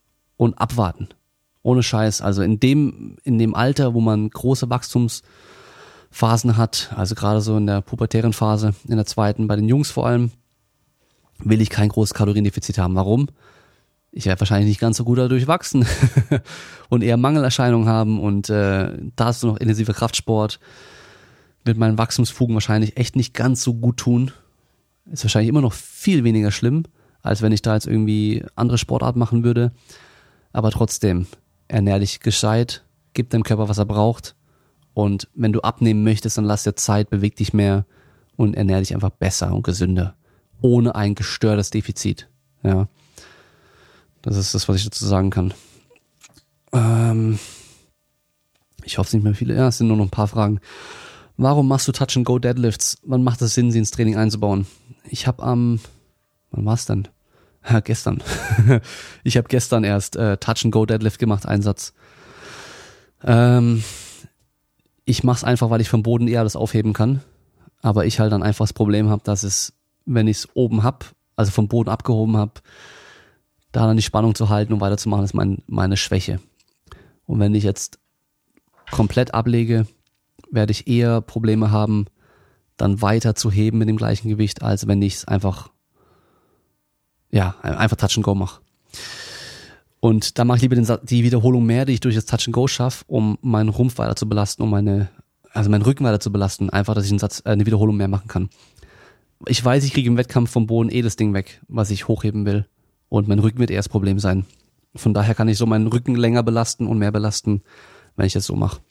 und abwarten. Ohne Scheiß. Also in dem, in dem Alter, wo man große Wachstumsphasen hat, also gerade so in der pubertären Phase, in der zweiten, bei den Jungs vor allem, will ich kein großes Kaloriendefizit haben. Warum? Ich werde wahrscheinlich nicht ganz so gut dadurch wachsen und eher Mangelerscheinungen haben und äh, da ist noch intensiver Kraftsport, wird meinen Wachstumsfugen wahrscheinlich echt nicht ganz so gut tun. Ist wahrscheinlich immer noch viel weniger schlimm, als wenn ich da jetzt irgendwie andere Sportart machen würde. Aber trotzdem, ernähr dich gescheit, gib deinem Körper, was er braucht. Und wenn du abnehmen möchtest, dann lass dir Zeit, beweg dich mehr und ernähr dich einfach besser und gesünder. Ohne ein gestörtes Defizit. Ja. Das ist das, was ich dazu sagen kann. Ähm, ich hoffe, es sind nicht mehr viele. Ja, es sind nur noch ein paar Fragen. Warum machst du Touch-and-Go-Deadlifts? Wann macht es Sinn, sie ins Training einzubauen? Ich habe am, wann war es denn? Ja, gestern. ich habe gestern erst äh, Touch-and-Go-Deadlift gemacht, Einsatz. Ähm, ich mache es einfach, weil ich vom Boden eher das aufheben kann. Aber ich halt dann einfach das Problem habe, dass es, wenn ich es oben habe, also vom Boden abgehoben habe, da dann die Spannung zu halten und weiterzumachen, ist mein, meine Schwäche. Und wenn ich jetzt komplett ablege, werde ich eher Probleme haben, dann weiter zu heben mit dem gleichen Gewicht, als wenn ich es einfach, ja, einfach Touch and Go mache. Und da mache ich lieber den, die Wiederholung mehr, die ich durch das Touch and Go schaffe, um meinen Rumpf weiter zu belasten, um meine, also meinen Rücken weiter zu belasten, einfach, dass ich einen Satz, äh, eine Wiederholung mehr machen kann. Ich weiß, ich kriege im Wettkampf vom Boden eh das Ding weg, was ich hochheben will. Und mein Rücken wird eher das Problem sein. Von daher kann ich so meinen Rücken länger belasten und mehr belasten, wenn ich das so mache.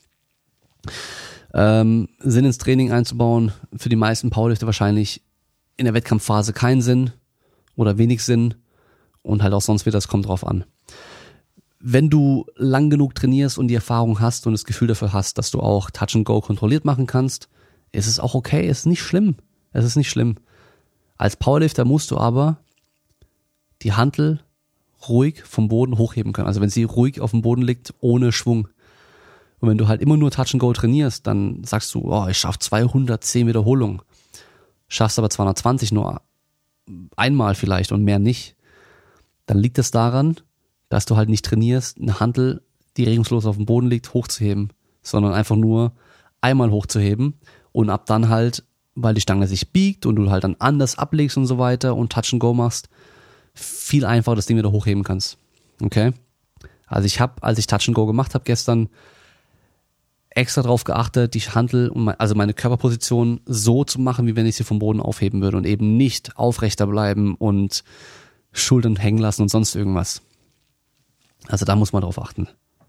Ähm, Sinn ins Training einzubauen, für die meisten Powerlifter wahrscheinlich in der Wettkampfphase keinen Sinn oder wenig Sinn und halt auch sonst wieder, das kommt drauf an. Wenn du lang genug trainierst und die Erfahrung hast und das Gefühl dafür hast, dass du auch Touch and Go kontrolliert machen kannst, ist es auch okay, ist nicht schlimm. Es ist nicht schlimm. Als Powerlifter musst du aber die Hantel ruhig vom Boden hochheben können. Also wenn sie ruhig auf dem Boden liegt, ohne Schwung. Und wenn du halt immer nur Touch and Go trainierst, dann sagst du, oh, ich schaffe zweihundertzehn Wiederholungen. Schaffst aber zweihundertzwanzig nur einmal vielleicht und mehr nicht. Dann liegt es daran, dass du halt nicht trainierst, eine Hantel, die regungslos auf dem Boden liegt, hochzuheben, sondern einfach nur einmal hochzuheben und ab dann halt, weil die Stange sich biegt und du halt dann anders ablegst und so weiter und Touch and Go machst, viel einfacher das Ding wieder hochheben kannst. Okay? Also ich habe, als ich Touch and Go gemacht habe gestern, extra drauf geachtet, die Hantel, also meine Körperposition so zu machen, wie wenn ich sie vom Boden aufheben würde und eben nicht aufrechter bleiben und Schultern hängen lassen und sonst irgendwas. Also da muss man drauf achten.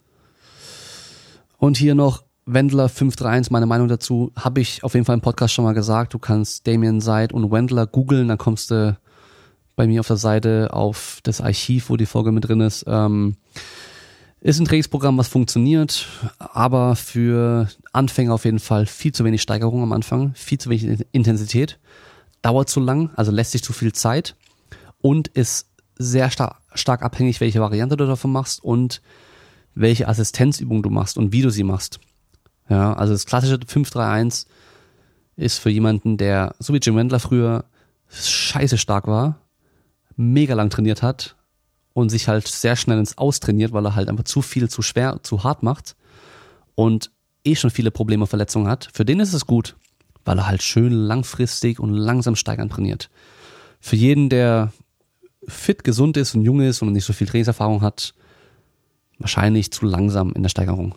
Und hier noch Wendler fünf drei eins, meine Meinung dazu, habe ich auf jeden Fall im Podcast schon mal gesagt. Du kannst Damien Seid und Wendler googeln, dann kommst du bei mir auf der Seite auf das Archiv, wo die Folge mit drin ist. Ähm, ist ein Trainingsprogramm, was funktioniert, aber für Anfänger auf jeden Fall viel zu wenig Steigerung am Anfang, viel zu wenig Intensität, dauert zu lang, also lässt sich zu viel Zeit und ist sehr star- stark abhängig, welche Variante du davon machst und welche Assistenzübung du machst und wie du sie machst. Ja, also das klassische fünf drei eins ist für jemanden, der, so wie Jim Wendler früher, scheiße stark war, mega lang trainiert hat und sich halt sehr schnell ins Austrainiert, weil er halt einfach zu viel, zu schwer, zu hart macht und eh schon viele Probleme, Verletzungen hat. Für den ist es gut, weil er halt schön langfristig und langsam steigern trainiert. Für jeden, der fit, gesund ist und jung ist und nicht so viel Trainingserfahrung hat, wahrscheinlich zu langsam in der Steigerung.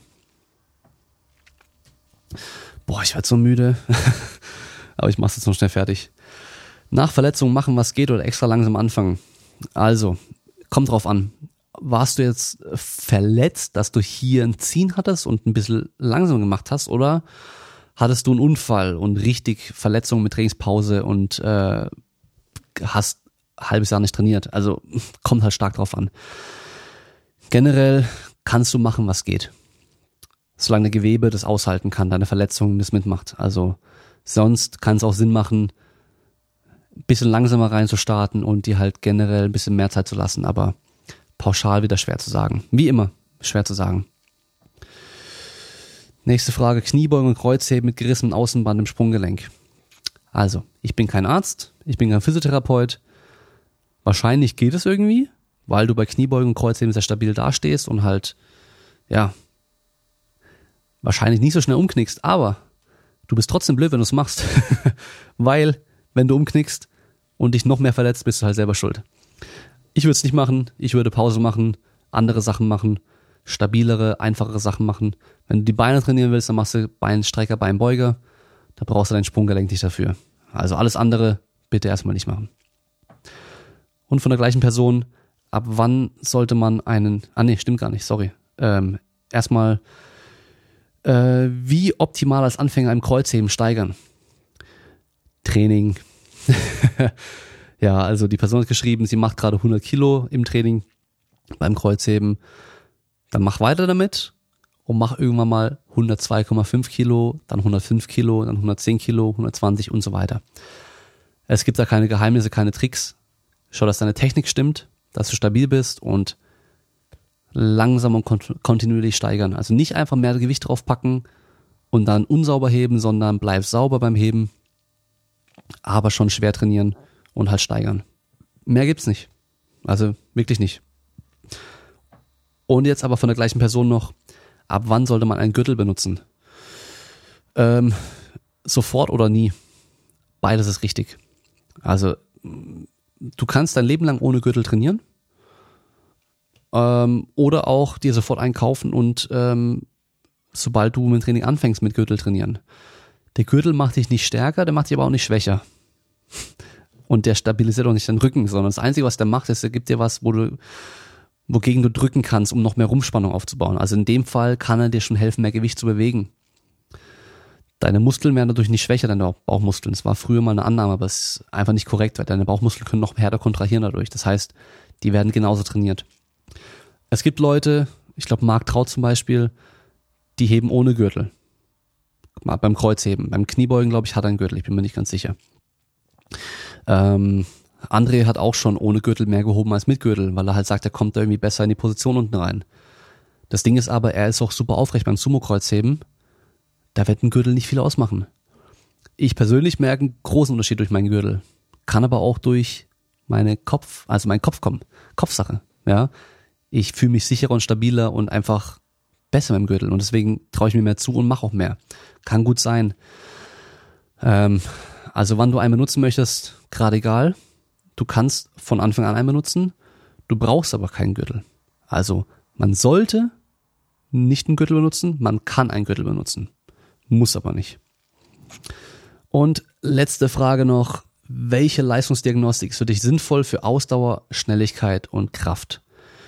Boah, ich werde so müde. Aber ich mach's jetzt noch schnell fertig. Nach Verletzung machen, was geht oder extra langsam anfangen. Also, kommt drauf an. Warst du jetzt verletzt, dass du hier ein Ziehen hattest und ein bisschen langsam gemacht hast, oder hattest du einen Unfall und richtig Verletzung mit Trainingspause und äh, hast ein halbes Jahr nicht trainiert? Also kommt halt stark drauf an. Generell kannst du machen, was geht. Solange der Gewebe das aushalten kann, deine Verletzung das mitmacht. Also sonst kann es auch Sinn machen, ein bisschen langsamer rein zu starten und dir halt generell ein bisschen mehr Zeit zu lassen, aber pauschal wieder schwer zu sagen. Wie immer, schwer zu sagen. Nächste Frage, Kniebeugen und Kreuzheben mit gerissenem Außenband im Sprunggelenk. Also, ich bin kein Arzt, ich bin kein Physiotherapeut. Wahrscheinlich geht es irgendwie. weil du bei Kniebeugen und Kreuzheben sehr stabil dastehst und halt, ja, wahrscheinlich nicht so schnell umknickst, aber du bist trotzdem blöd, wenn du es machst, weil, wenn du umknickst und dich noch mehr verletzt, bist du halt selber schuld. Ich würde es nicht machen, ich würde Pause machen, andere Sachen machen, stabilere, einfachere Sachen machen. Wenn du die Beine trainieren willst, dann machst du Beinstrecker, Beinbeuger, da brauchst du dein Sprunggelenk nicht dafür. Also alles andere bitte erstmal nicht machen. Und von der gleichen Person, ab wann sollte man einen, ah nee, stimmt gar nicht, sorry. Ähm, erstmal, äh, wie optimal als Anfänger im Kreuzheben steigern? Training. Ja, also die Person hat geschrieben, sie macht gerade hundert Kilo im Training beim Kreuzheben. Dann mach weiter damit und mach irgendwann mal hundertzwei Komma fünf Kilo, dann hundertfünf Kilo, dann hundertzehn Kilo, hundertzwanzig und so weiter. Es gibt da keine Geheimnisse, keine Tricks. Schau, dass deine Technik stimmt, dass du stabil bist und langsam und kontinuierlich steigern. Also nicht einfach mehr Gewicht draufpacken und dann unsauber heben, sondern bleib sauber beim Heben, aber schon schwer trainieren und halt steigern. Mehr gibt's nicht. Also wirklich nicht. Und jetzt aber von der gleichen Person noch, ab wann sollte man einen Gürtel benutzen? Ähm, sofort oder nie. Beides ist richtig. Also du kannst dein Leben lang ohne Gürtel trainieren ähm, oder auch dir sofort einkaufen und ähm, sobald du mit dem Training anfängst, mit Gürtel trainieren. Der Gürtel macht dich nicht stärker, der macht dich aber auch nicht schwächer. Und der stabilisiert auch nicht deinen Rücken, sondern das Einzige, was der macht, ist, er gibt dir was, wo du, wogegen du drücken kannst, um noch mehr Rumspannung aufzubauen. Also in dem Fall kann er dir schon helfen, mehr Gewicht zu bewegen. Deine Muskeln werden dadurch nicht schwächer, deine Bauchmuskeln. Das war früher mal eine Annahme, aber es ist einfach nicht korrekt, weil deine Bauchmuskeln können noch härter kontrahieren dadurch. Das heißt, die werden genauso trainiert. Es gibt Leute, ich glaube Marc Traut zum Beispiel, die heben ohne Gürtel. Mal beim Kreuzheben. Beim Kniebeugen, glaube ich, hat er einen Gürtel, ich bin mir nicht ganz sicher. Ähm, André hat auch schon ohne Gürtel mehr gehoben als mit Gürtel, weil er halt sagt, er kommt da irgendwie besser in die Position unten rein. Das Ding ist aber, er ist auch super aufrecht beim Sumo-Kreuzheben. Da wird ein Gürtel nicht viel ausmachen. Ich persönlich merke einen großen Unterschied durch meinen Gürtel. Kann aber auch durch meine Kopf, also meinen Kopf kommen. Kopfsache, ja. Ich fühle mich sicherer und stabiler und einfach besser mit dem Gürtel und deswegen traue ich mir mehr zu und mache auch mehr. Kann gut sein. Ähm, also wann du einen benutzen möchtest, gerade egal. Du kannst von Anfang an einen benutzen, du brauchst aber keinen Gürtel. Also man sollte nicht einen Gürtel benutzen, man kann einen Gürtel benutzen. Muss aber nicht. Und letzte Frage noch, welche Leistungsdiagnostik ist für dich sinnvoll für Ausdauer, Schnelligkeit und Kraft?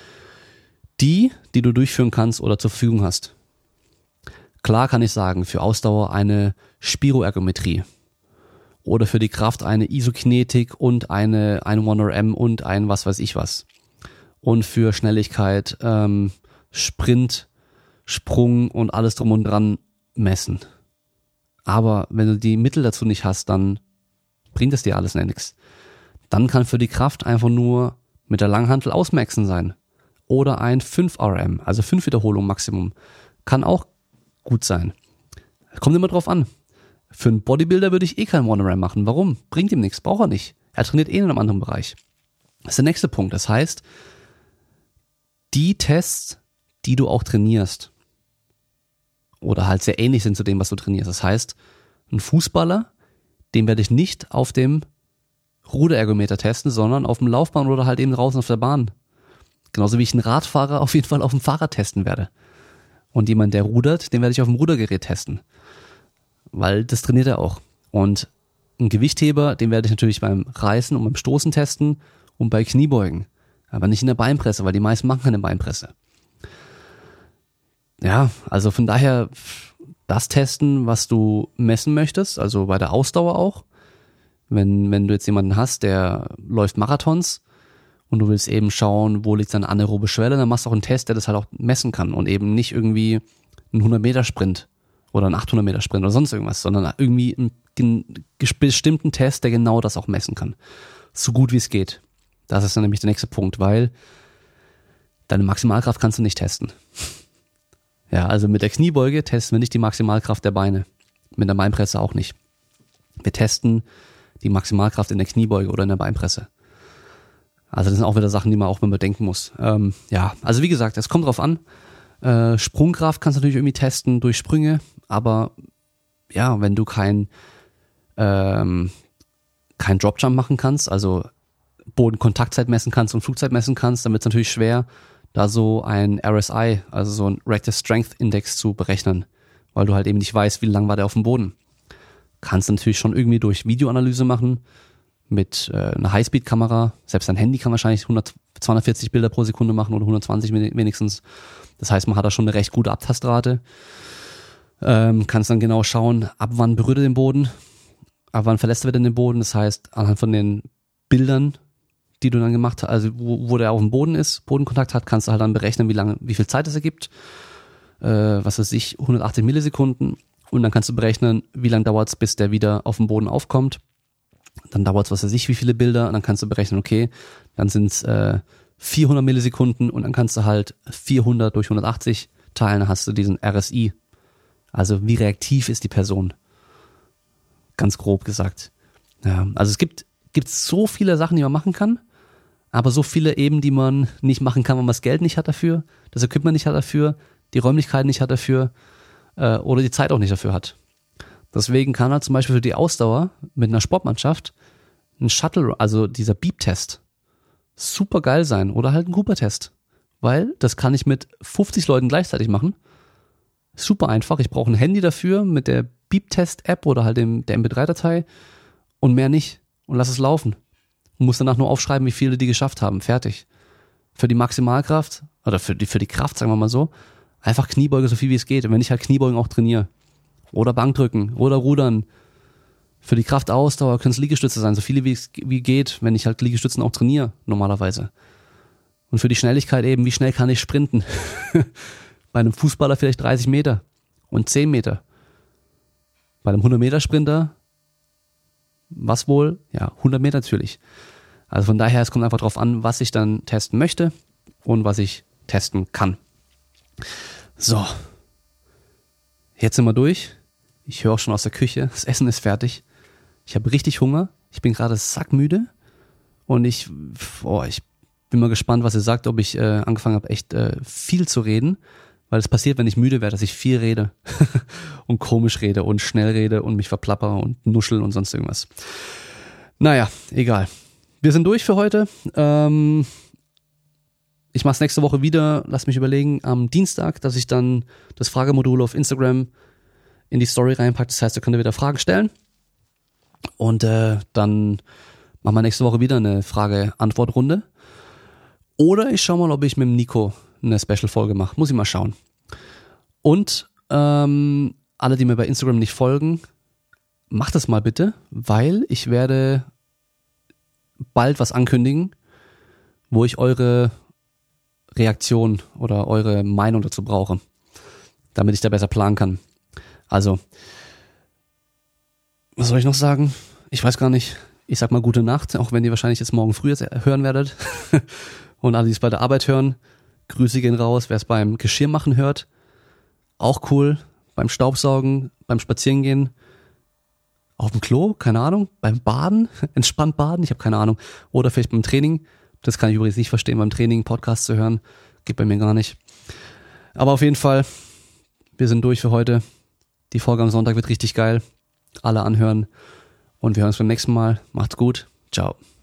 Die, die du durchführen kannst oder zur Verfügung hast. Klar kann ich sagen, für Ausdauer eine Spiroergometrie oder für die Kraft eine Isokinetik und eine, ein one R M und ein was weiß ich was. Und für Schnelligkeit ähm, Sprint, Sprung und alles drum und dran messen. Aber wenn du die Mittel dazu nicht hast, dann bringt es dir alles nichts. Dann kann für die Kraft einfach nur mit der Langhantel ausmaxen sein. Oder ein fünf R M, also fünf Wiederholungen Maximum. Kann auch gut sein. Kommt immer drauf an. Für einen Bodybuilder würde ich eh kein one R M machen. Warum? Bringt ihm nichts, braucht er nicht. Er trainiert eh in einem anderen Bereich. Das ist der nächste Punkt. Das heißt, die Tests, die du auch trainierst, oder halt sehr ähnlich sind zu dem, was du trainierst. Das heißt, ein Fußballer, den werde ich nicht auf dem Ruderergometer testen, sondern auf dem Laufbahn oder halt eben draußen auf der Bahn. Genauso wie ich einen Radfahrer auf jeden Fall auf dem Fahrrad testen werde. Und jemand, der rudert, den werde ich auf dem Rudergerät testen. Weil das trainiert er auch. Und einen Gewichtheber, den werde ich natürlich beim Reißen und beim Stoßen testen und bei Kniebeugen. Aber nicht in der Beinpresse, weil die meisten machen keine Beinpresse. Ja, also von daher das testen, was du messen möchtest, also bei der Ausdauer auch. Wenn, wenn du jetzt jemanden hast, der läuft Marathons, und du willst eben schauen, wo liegt deine anaerobe Schwelle, dann machst du auch einen Test, der das halt auch messen kann und eben nicht irgendwie einen hundert Meter Sprint oder einen achthundert Meter Sprint oder sonst irgendwas, sondern irgendwie einen bestimmten Test, der genau das auch messen kann. So gut wie es geht. Das ist dann nämlich der nächste Punkt, weil deine Maximalkraft kannst du nicht testen. Ja, also mit der Kniebeuge testen wir nicht die Maximalkraft der Beine. Mit der Beinpresse auch nicht. Wir testen die Maximalkraft in der Kniebeuge oder in der Beinpresse. Also das sind auch wieder Sachen, die man auch mal bedenken muss. Ähm, ja, also wie gesagt, es kommt drauf an. Äh, Sprungkraft kannst du natürlich irgendwie testen durch Sprünge, aber ja, wenn du kein ähm, kein Dropjump machen kannst, also Bodenkontaktzeit messen kannst und Flugzeit messen kannst, dann wird es natürlich schwer, da so ein R S I, also so ein Reactive Strength Index zu berechnen, weil du halt eben nicht weißt, wie lang war der auf dem Boden. Kannst du natürlich schon irgendwie durch Videoanalyse machen, mit äh, einer Highspeed-Kamera. Selbst dein Handy kann wahrscheinlich hundert, zweihundertvierzig Bilder pro Sekunde machen oder hundertzwanzig wenigstens. Das heißt, man hat da schon eine recht gute Abtastrate. Ähm, kannst dann genau schauen, ab wann berührt er den Boden, ab wann verlässt er wieder den Boden. Das heißt, anhand von den Bildern, die du dann gemacht hast, also wo, wo der auf dem Boden ist, Bodenkontakt hat, kannst du halt dann berechnen, wie lange, wie viel Zeit es ergibt. Äh, was weiß ich, hundertachtzig Millisekunden. Und dann kannst du berechnen, wie lange dauert es, bis der wieder auf dem Boden aufkommt. Dann dauert es, was weiß ich, wie viele Bilder. Und dann kannst du berechnen, okay, dann sind es äh, vierhundert Millisekunden und dann kannst du halt vierhundert durch hundertachtzig teilen, dann hast du diesen R S I. Also wie reaktiv ist die Person? Ganz grob gesagt. Ja, also es gibt, gibt so viele Sachen, die man machen kann, aber so viele eben, die man nicht machen kann, weil man das Geld nicht hat dafür, das Equipment nicht hat dafür, die Räumlichkeiten nicht hat dafür äh, oder die Zeit auch nicht dafür hat. Deswegen kann halt zum Beispiel für die Ausdauer mit einer Sportmannschaft ein Shuttle, also dieser Beep-Test, super geil sein oder halt ein Cooper-Test, weil das kann ich mit fünfzig Leuten gleichzeitig machen. Super einfach, ich brauche ein Handy dafür mit der Beep-Test-App oder halt dem, der M P drei Datei und mehr nicht und lass es laufen. Und muss danach nur aufschreiben, wie viele die geschafft haben, fertig. Für die Maximalkraft oder für die, für die Kraft, sagen wir mal so, einfach Kniebeuge so viel wie es geht und wenn ich halt Kniebeugen auch trainiere. Oder Bankdrücken oder Rudern. Für die Kraftausdauer können es Liegestütze sein, so viele wie es wie geht, wenn ich halt Liegestützen auch trainiere, normalerweise. Und für die Schnelligkeit eben, wie schnell kann ich sprinten? Bei einem Fußballer vielleicht dreißig Meter und zehn Meter. Bei einem hundert Meter Sprinter, was wohl? Ja, hundert Meter natürlich. Also von daher, es kommt einfach drauf an, was ich dann testen möchte und was ich testen kann. So. Jetzt sind wir durch. Ich höre auch schon aus der Küche, das Essen ist fertig. Ich habe richtig Hunger. Ich bin gerade sackmüde. Und ich, oh, ich bin mal gespannt, was ihr sagt, ob ich äh, angefangen habe, echt äh, viel zu reden. Weil es passiert, wenn ich müde werde, dass ich viel rede. Und komisch rede und schnell rede und mich verplapper und nuschel und sonst irgendwas. Naja, egal. Wir sind durch für heute. Ähm, ich mache es nächste Woche wieder. Lass mich überlegen, am Dienstag, dass ich dann das Fragemodul auf Instagram in die Story reinpacke. Das heißt, da könnt ihr wieder Fragen stellen. Und äh, dann machen wir nächste Woche wieder eine Frage-Antwort-Runde. Oder ich schaue mal, ob ich mit dem Nico eine Special-Folge mache. Muss ich mal schauen. Und ähm, alle, die mir bei Instagram nicht folgen, macht das mal bitte, weil ich werde bald was ankündigen, wo ich eure Reaktion oder eure Meinung dazu brauche, damit ich da besser planen kann. Also, was soll ich noch sagen? Ich weiß gar nicht. Ich sag mal gute Nacht, auch wenn ihr wahrscheinlich jetzt morgen früh hören werdet. Und alle, die es bei der Arbeit hören, Grüße gehen raus. Wer es beim Geschirrmachen hört, auch cool. Beim Staubsaugen, beim Spazierengehen, auf dem Klo, keine Ahnung. Beim Baden, entspannt baden, ich habe keine Ahnung. Oder vielleicht beim Training. Das kann ich übrigens nicht verstehen, beim Training Podcast zu hören. Geht bei mir gar nicht. Aber auf jeden Fall, wir sind durch für heute. Die Folge am Sonntag wird richtig geil. Alle anhören. Und wir hören uns beim nächsten Mal. Macht's gut. Ciao.